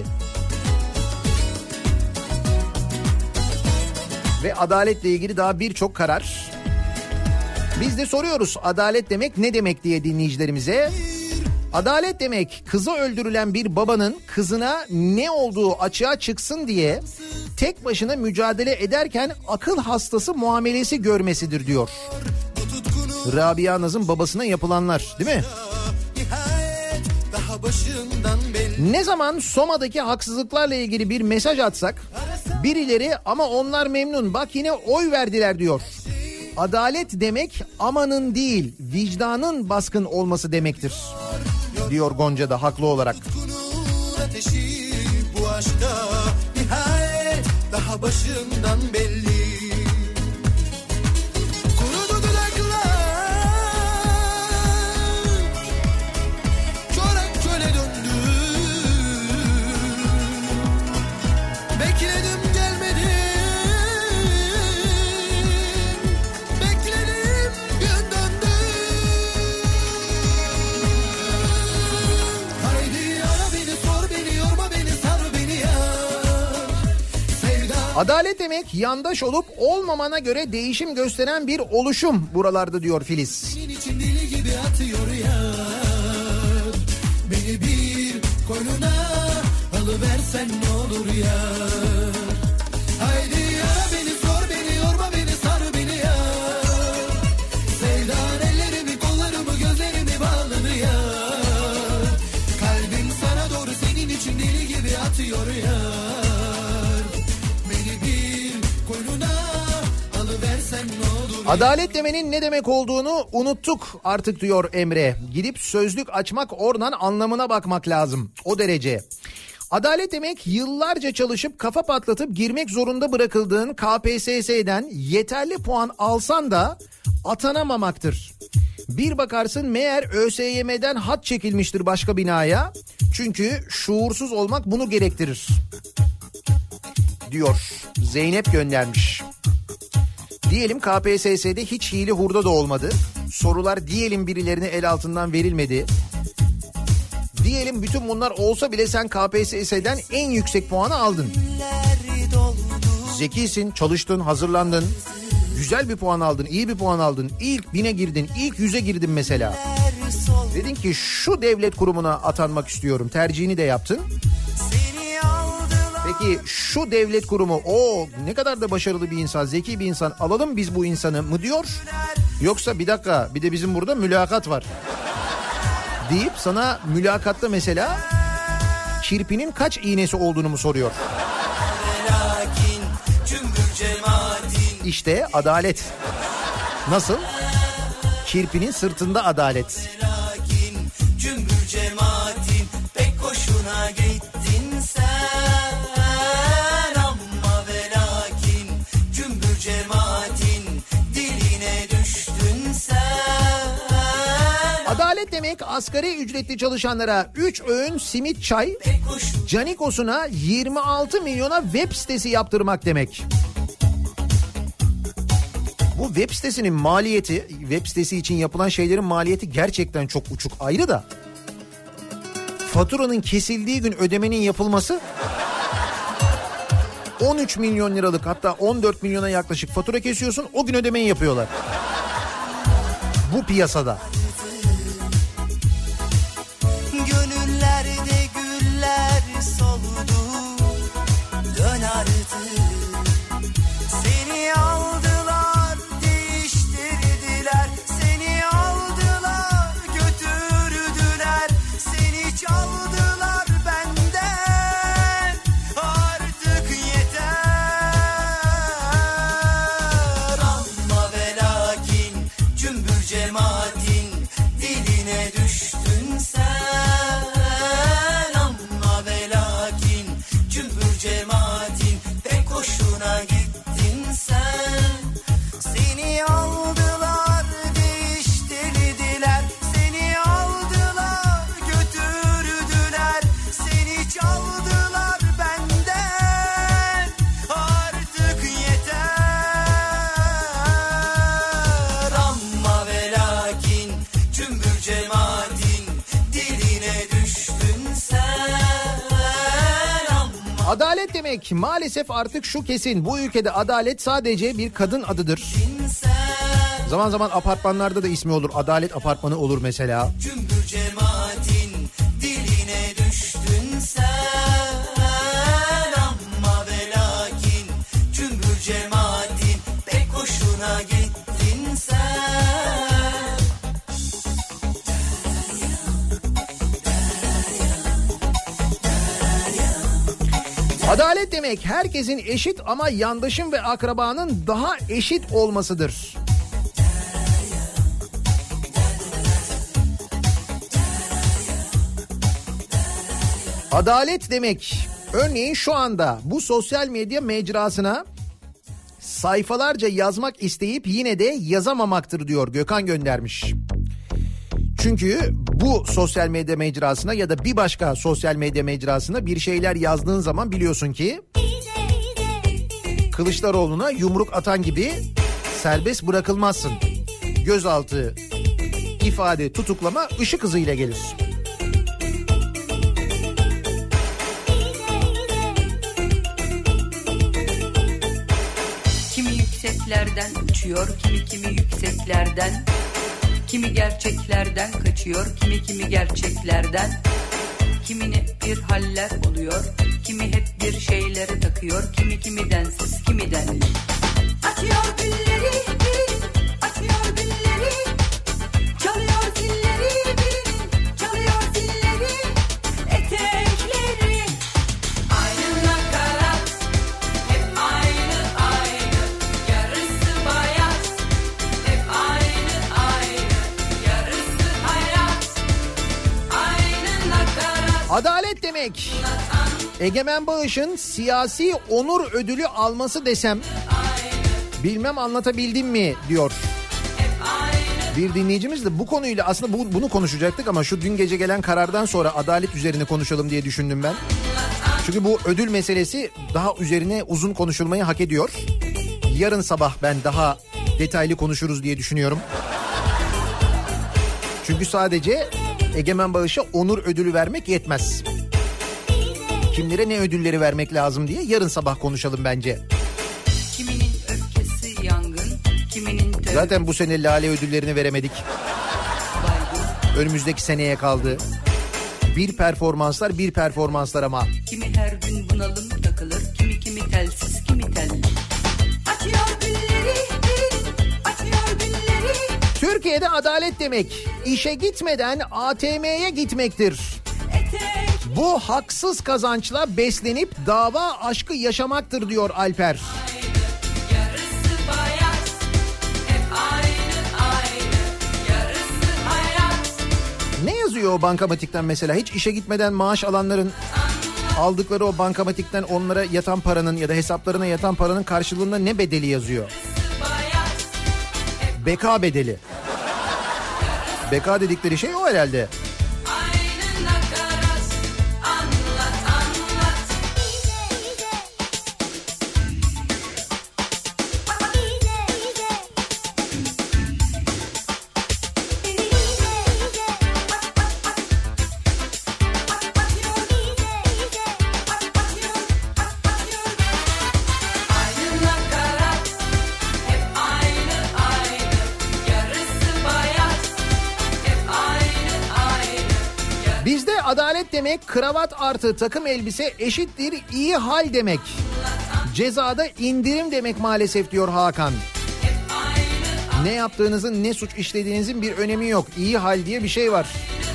Ve adaletle ilgili daha birçok karar. Biz de soruyoruz adalet demek ne demek diye dinleyicilerimize. Adalet demek kızı öldürülen bir babanın kızına ne olduğu açığa çıksın diye tek başına mücadele ederken akıl hastası muamelesi görmesidir diyor. Rabia Naz'ın babasına yapılanlar, değil mi? Ne zaman Soma'daki haksızlıklarla ilgili bir mesaj atsak birileri ama onlar memnun bak yine oy verdiler diyor. Adalet demek amanın değil vicdanın baskın olması demektir diyor Gonca da haklı olarak. Ateşi bu aşkta nihayet daha başından belli. Kurudu dudaklar, çorak çöle döndü. Bekledim gelmedi, bekledim gün döndü. Haydi ara beni, sor beni, yorma beni, sar beni ya. Sevda. Adalet demek yandaş olup olmamana göre değişim gösteren bir oluşum buralarda diyor Filiz. Senin için deli gibi atıyor ya. Beni bir koynuna alıversen ne olur ya. Haydi ara beni, sor beni, yorma beni, sar beni ya. Adalet demenin ne demek olduğunu unuttuk artık diyor Emre. Gidip sözlük açmak, oradan anlamına bakmak lazım. O derece. Adalet demek yıllarca çalışıp kafa patlatıp girmek zorunda bırakıldığın KPSS'den yeterli puan alsan da atanamamaktır. Bir bakarsın meğer ÖSYM'den hat çekilmiştir başka binaya. Çünkü şuursuz olmak bunu gerektirir. Diyor. Zeynep göndermiş. Diyelim KPSS'de hiç hile hurda da olmadı. Sorular diyelim birilerine el altından verilmedi. Diyelim bütün bunlar olsa bile sen KPSS'den en yüksek puanı aldın. Zekisin, çalıştın, hazırlandın. Güzel bir puan aldın, iyi bir puan aldın. İlk 1000'e girdin, ilk 100'e girdin mesela. Dedin ki şu devlet kurumuna atanmak istiyorum. Tercihini de yaptın. Peki şu devlet kurumu o ne kadar da başarılı bir insan, zeki bir insan, alalım biz bu insanı mı diyor? Yoksa bir dakika, bir de bizim burada mülakat var deyip sana mülakatta mesela kirpinin kaç iğnesi olduğunu mu soruyor? İşte adalet. Nasıl? Kirpinin sırtında adalet. Cümbür cemaatin pek hoşuna gittin sen, ama ve lakin cümbür cemaatin diline düştün sen. Adalet demek asgari ücretli çalışanlara 3 öğün simit çay, canikosuna 26 milyona web sitesi yaptırmak demek. Bu web sitesinin maliyeti, web sitesi için yapılan şeylerin maliyeti gerçekten çok uçuk, ayrı da. Faturanın kesildiği gün ödemenin yapılması 13 milyon liralık, hatta 14 milyona yaklaşık fatura kesiyorsun, o gün ödemeyi yapıyorlar. Bu piyasada. Gönüllerde güller soldu, dön artık. Seni aldılar, değiştirdiler. Seni aldılar, götürdüler. Seni çaldılar benden. Artık yeter. Ama ve lakin cümbür cemaatin diline düştün sen. Ama ve lakin cümbür cemaatin pek hoşuna gittin sen. Seni aldılar, değiştirdiler. Seni aldılar, götürdüler. Seni çaldılar benden. Artık yeter. Ama ve lakin cümbür cemaatin diline düştün sen. Adalet demek maalesef artık şu kesin, bu ülkede adalet sadece bir kadın adıdır. Zaman zaman apartmanlarda da ismi olur, adalet apartmanı olur mesela. Cümbür cemaatin diline düştün sen. Ama ve lakin cümbür cemaatin pek hoşuna gittin sen. Adalet demek herkesin eşit ama yandaşın ve akrabanın daha eşit olmasıdır. Adalet demek örneğin şu anda bu sosyal medya mecrasına sayfalarca yazmak isteyip yine de yazamamaktır diyor, Gökhan göndermiş. Çünkü bu sosyal medya mecrasına ya da bir başka sosyal medya mecrasına bir şeyler yazdığın zaman biliyorsun ki Kılıçdaroğlu'na yumruk atan gibi serbest bırakılmazsın. Gözaltı, ifade, tutuklama ışık hızıyla gelir. Kimi yükseklerden uçuyor, kimi yükseklerden. Kimi gerçeklerden kaçıyor, kimi gerçeklerden. Kimine bir haller oluyor, kimi hep bir şeylere takıyor. Kimi densiz, kimi denli. Açıyor gülleri, açıyor gülleri. Çalıyor zilleri, çalıyor zilleri. Etekleri Aynı nakarat, hep aynı, yarısı bayat, Adalet demek Egemen Bağış'ın siyasi onur ödülü alması desem bilmem anlatabildim mi diyor. Bir dinleyicimiz de bu konuyla aslında bunu konuşacaktık ama şu dün gece gelen karardan sonra adalet üzerine konuşalım diye düşündüm ben. Çünkü bu ödül meselesi daha üzerine uzun konuşulmayı hak ediyor. Yarın sabah ben daha detaylı konuşuruz diye düşünüyorum. Çünkü sadece Egemen Bağış'a onur ödülü vermek yetmez. Kimlere ne ödülleri vermek lazım diye yarın sabah konuşalım bence. Kiminin öfkesi yangın, kiminin tövbe. Zaten bu sene Lale ödüllerini veremedik. Önümüzdeki seneye kaldı. Bir performanslar ama. Kimi her gün bunalım takılır, kimi telsiz, kimi telli. Açıyor gülleri, açıyor gülleri. Türkiye'de adalet demek işe gitmeden ATM'ye gitmektir. Bu haksız kazançla beslenip dava aşkı yaşamaktır diyor Alper. Ne yazıyor o bankamatikten mesela? Hiç işe gitmeden maaş alanların aldıkları o bankamatikten onlara yatan paranın ya da hesaplarına yatan paranın karşılığında ne bedeli yazıyor? Beka bedeli. Beka dedikleri şey o herhalde. Adalet demek kravat artı takım elbise eşittir iyi hal demek. Cezada indirim demek maalesef diyor Hakan. Ne yaptığınızın ne suç işlediğinizin bir önemi yok. İyi hal diye bir şey var.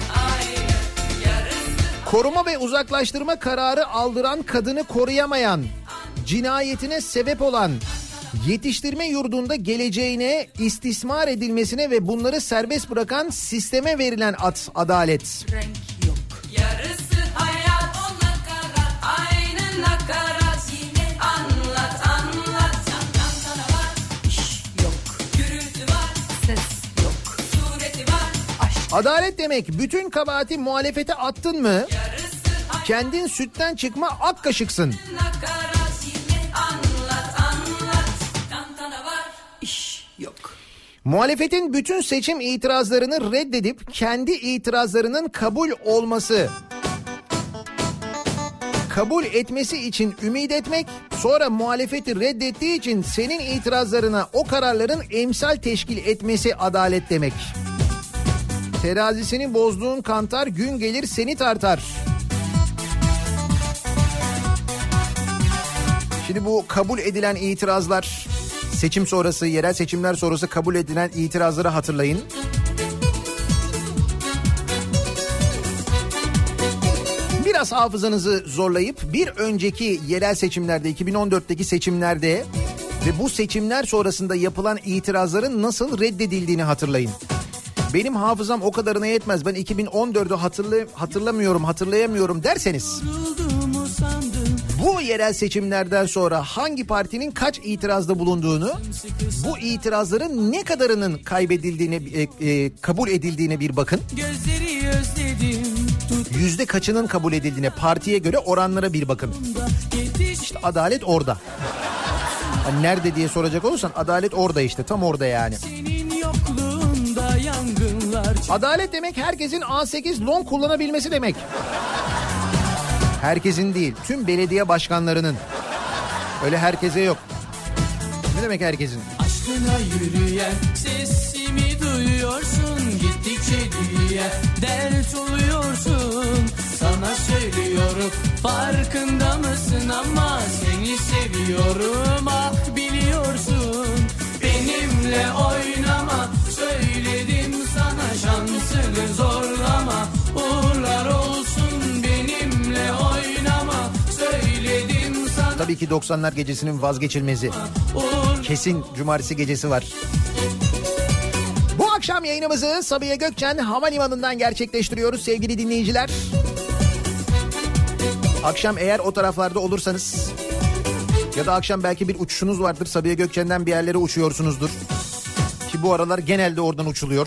Koruma ve uzaklaştırma kararı aldıran kadını koruyamayan, cinayetine sebep olan, yetiştirme yurdunda geleceğine istismar edilmesine ve bunları serbest bırakan sisteme verilen ad adalet. Yarısı hayat o nakarat, aynı nakarat. Yine anlat Can sana var, iş yok. Gürültü var, ses yok. Sureti var, aşk. Adalet demek bütün kabahati muhalefete attın mı kendin sütten çıkma ak kaşıksın. Nakarat, yine anlat Can sana var, iş yok. Muhalefetin bütün seçim itirazlarını reddedip kendi itirazlarının kabul etmesi için ümit etmek, sonra muhalefeti reddettiği için senin itirazlarına o kararların emsal teşkil etmesi adalet demek. Terazisini bozduğun kantar gün gelir seni tartar. Şimdi bu kabul edilen itirazlar, seçim sonrası, yerel seçimler sonrası kabul edilen itirazları hatırlayın. Biraz hafızanızı zorlayıp bir önceki yerel seçimlerde, 2014'teki seçimlerde ve bu seçimler sonrasında yapılan itirazların nasıl reddedildiğini hatırlayın. Benim hafızam o kadarına yetmez. Ben 2014'ü hatırlayamıyorum derseniz, bu yerel seçimlerden sonra hangi partinin kaç itirazda bulunduğunu, bu itirazların ne kadarının kaybedildiğine, kabul edildiğine bir bakın. Yüzde kaçının kabul edildiğine, partiye göre oranlara bir bakın. İşte adalet orada. Hani nerede diye soracak olursan adalet orada işte, tam orada yani. Adalet demek herkesin A8 long kullanabilmesi demek. Herkesin değil, tüm belediye başkanlarının. Öyle herkese yok. Ne demek herkesin? Aşkına yürüyen sesimi duyuyorsun, gittikçe diye dert oluyorsun. Sana söylüyorum, farkında mısın ama seni seviyorum, ah biliyorsun. Benimle oynama, söyledim sana, şansını zorlama, uğurlar olsun. Benimle oynama, söyledim sana. Tabii ki 90'lar gecesinin vazgeçilmezi. Kesin cumartesi gecesi var. Bu akşam yayınımızı Sabiha Gökçen Havalimanı'ndan gerçekleştiriyoruz sevgili dinleyiciler. Akşam eğer o taraflarda olursanız ya da akşam belki bir uçuşunuz vardır. Sabiha Gökçen'den bir yerlere uçuyorsunuzdur. Ki bu aralar genelde oradan uçuluyor.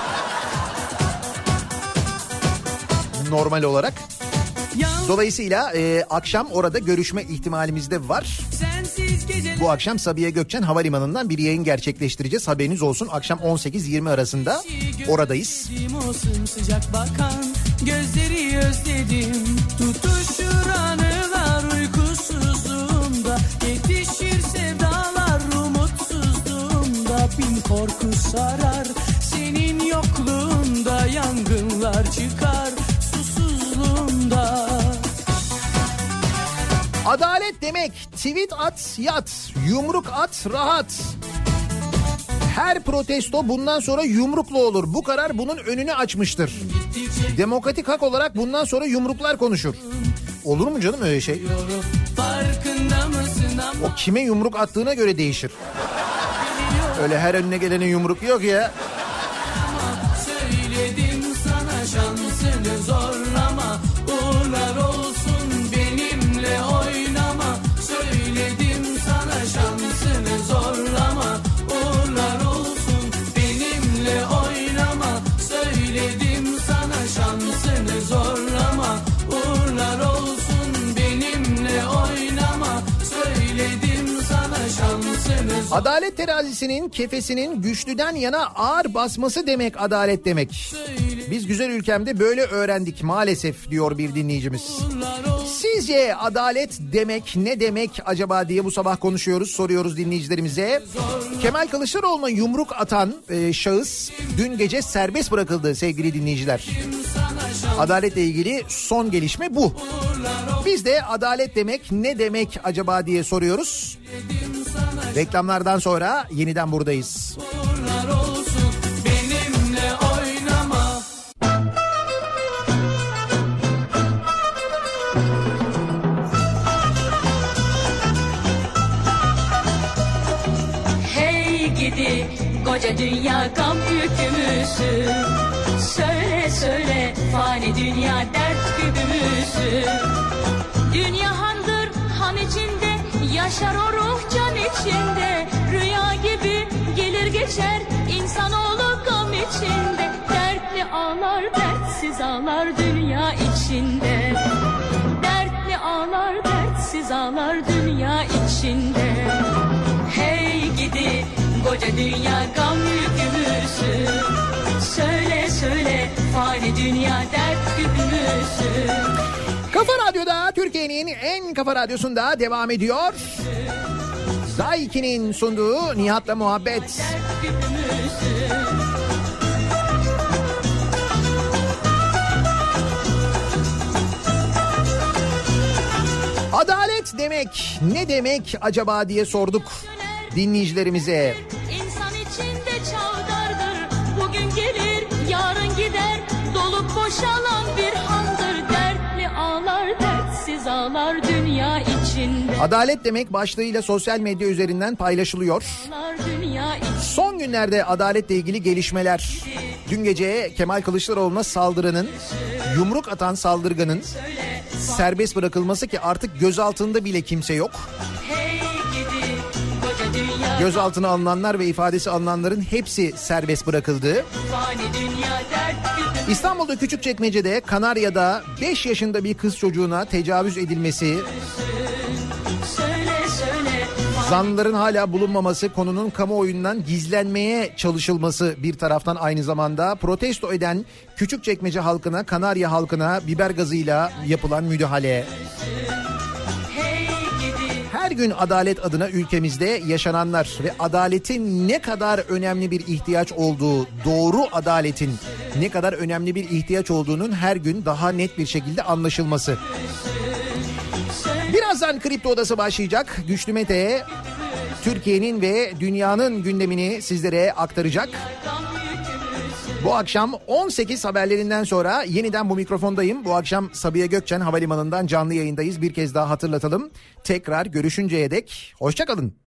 Normal olarak. Dolayısıyla akşam orada görüşme ihtimalimiz de var. Bu akşam Sabiha Gökçen Havalimanı'ndan bir yayın gerçekleştireceğiz. Haberiniz olsun. Akşam 18-20 arasında oradayız. Sıcak bakan gözleri özledim. Tutuşur anılar uykusuzluğumda. Yetişir sevdalar umutsuzluğumda. Bin korku sarar senin yokluğunda. Yangınlar çıkar susuzluğumda. Adalet demek tweet at yat, yumruk at rahat. Her protesto bundan sonra yumrukla olur. Bu karar bunun önünü açmıştır. Demokratik hak olarak bundan sonra yumruklar konuşur. Olur mu canım öyle şey? O kime yumruk attığına göre değişir. Öyle her önüne gelene yumruk yok ya. Söyledim sana şansını zorlama. Uğurlar olsun benimle oynama. Söyledim sana şansını zorlama. Uğurlar olsun benimle oynama. Söyledim sana şansını zorlama. Uğurlar olsun benimle oynama. Söyledim sana şansını zorlama. Adalet terazisinin kefesinin güçlüden yana ağır basması demek adalet demek. Biz güzel ülkemde böyle öğrendik maalesef diyor bir dinleyicimiz. Sizce adalet demek ne demek acaba diye bu sabah konuşuyoruz, soruyoruz dinleyicilerimize. Kemal Kılıçdaroğlu'na yumruk atan şahıs dün gece serbest bırakıldı sevgili dinleyiciler. Adaletle ilgili son gelişme bu. Biz de adalet demek ne demek acaba diye soruyoruz. Reklamlardan sonra yeniden buradayız. Hey gidi koca dünya gam yükümüzü. Söyle söyle fani dünya dert kübümüzü. Dünya handır han içinde yaşar o ruh can içinde. Rüya gibi gelir geçer insanoğlu gam içinde. Dertli ağlar dertsiz ağlar dünya içinde. Dertli ağlar dertsiz ağlar dünya içinde. Hey gidi koca dünya gam yükümüzü. Söyle söyle fani dünya dert kübümüzü. Kafa Radyo'da Türkiye'nin en kafa radyosunda devam ediyor. Daiki'nin sunduğu Nihat'la Muhabbet. Adalet demek ne demek acaba diye sorduk dinleyicilerimize. İnsan içinde çavdardır. Bugün gelir yarın gider. Dolup boşalan bir handır. Dertli ağlar dertsiz ağlar dünya içinde. Adalet demek başlığıyla sosyal medya üzerinden paylaşılıyor. Son günlerde adaletle ilgili gelişmeler. Dün gece Kemal Kılıçdaroğlu'na saldırının, yumruk atan saldırganın serbest bırakılması ki artık gözaltında bile kimse yok. Gözaltına alınanlar ve ifadesi alınanların hepsi serbest bırakıldı. İstanbul'da Küçükçekmece'de Kanarya'da 5 yaşında bir kız çocuğuna tecavüz edilmesi, zanlıların hala bulunmaması, konunun kamuoyundan gizlenmeye çalışılması bir taraftan aynı zamanda protesto eden Küçükçekmece halkına, Kanarya halkına biber gazıyla yapılan müdahale. Her gün adalet adına ülkemizde yaşananlar ve adaletin ne kadar önemli bir ihtiyaç olduğu, doğru adaletin ne kadar önemli bir ihtiyaç olduğunun her gün daha net bir şekilde anlaşılması. Birazdan Kripto Odası başlayacak. Güçlü Mete Türkiye'nin ve dünyanın gündemini sizlere aktaracak. Bu akşam 18 haberlerinden sonra yeniden bu mikrofondayım. Bu akşam Sabiha Gökçen Havalimanı'ndan canlı yayındayız. Bir kez daha hatırlatalım. Tekrar görüşünceye dek hoşça kalın.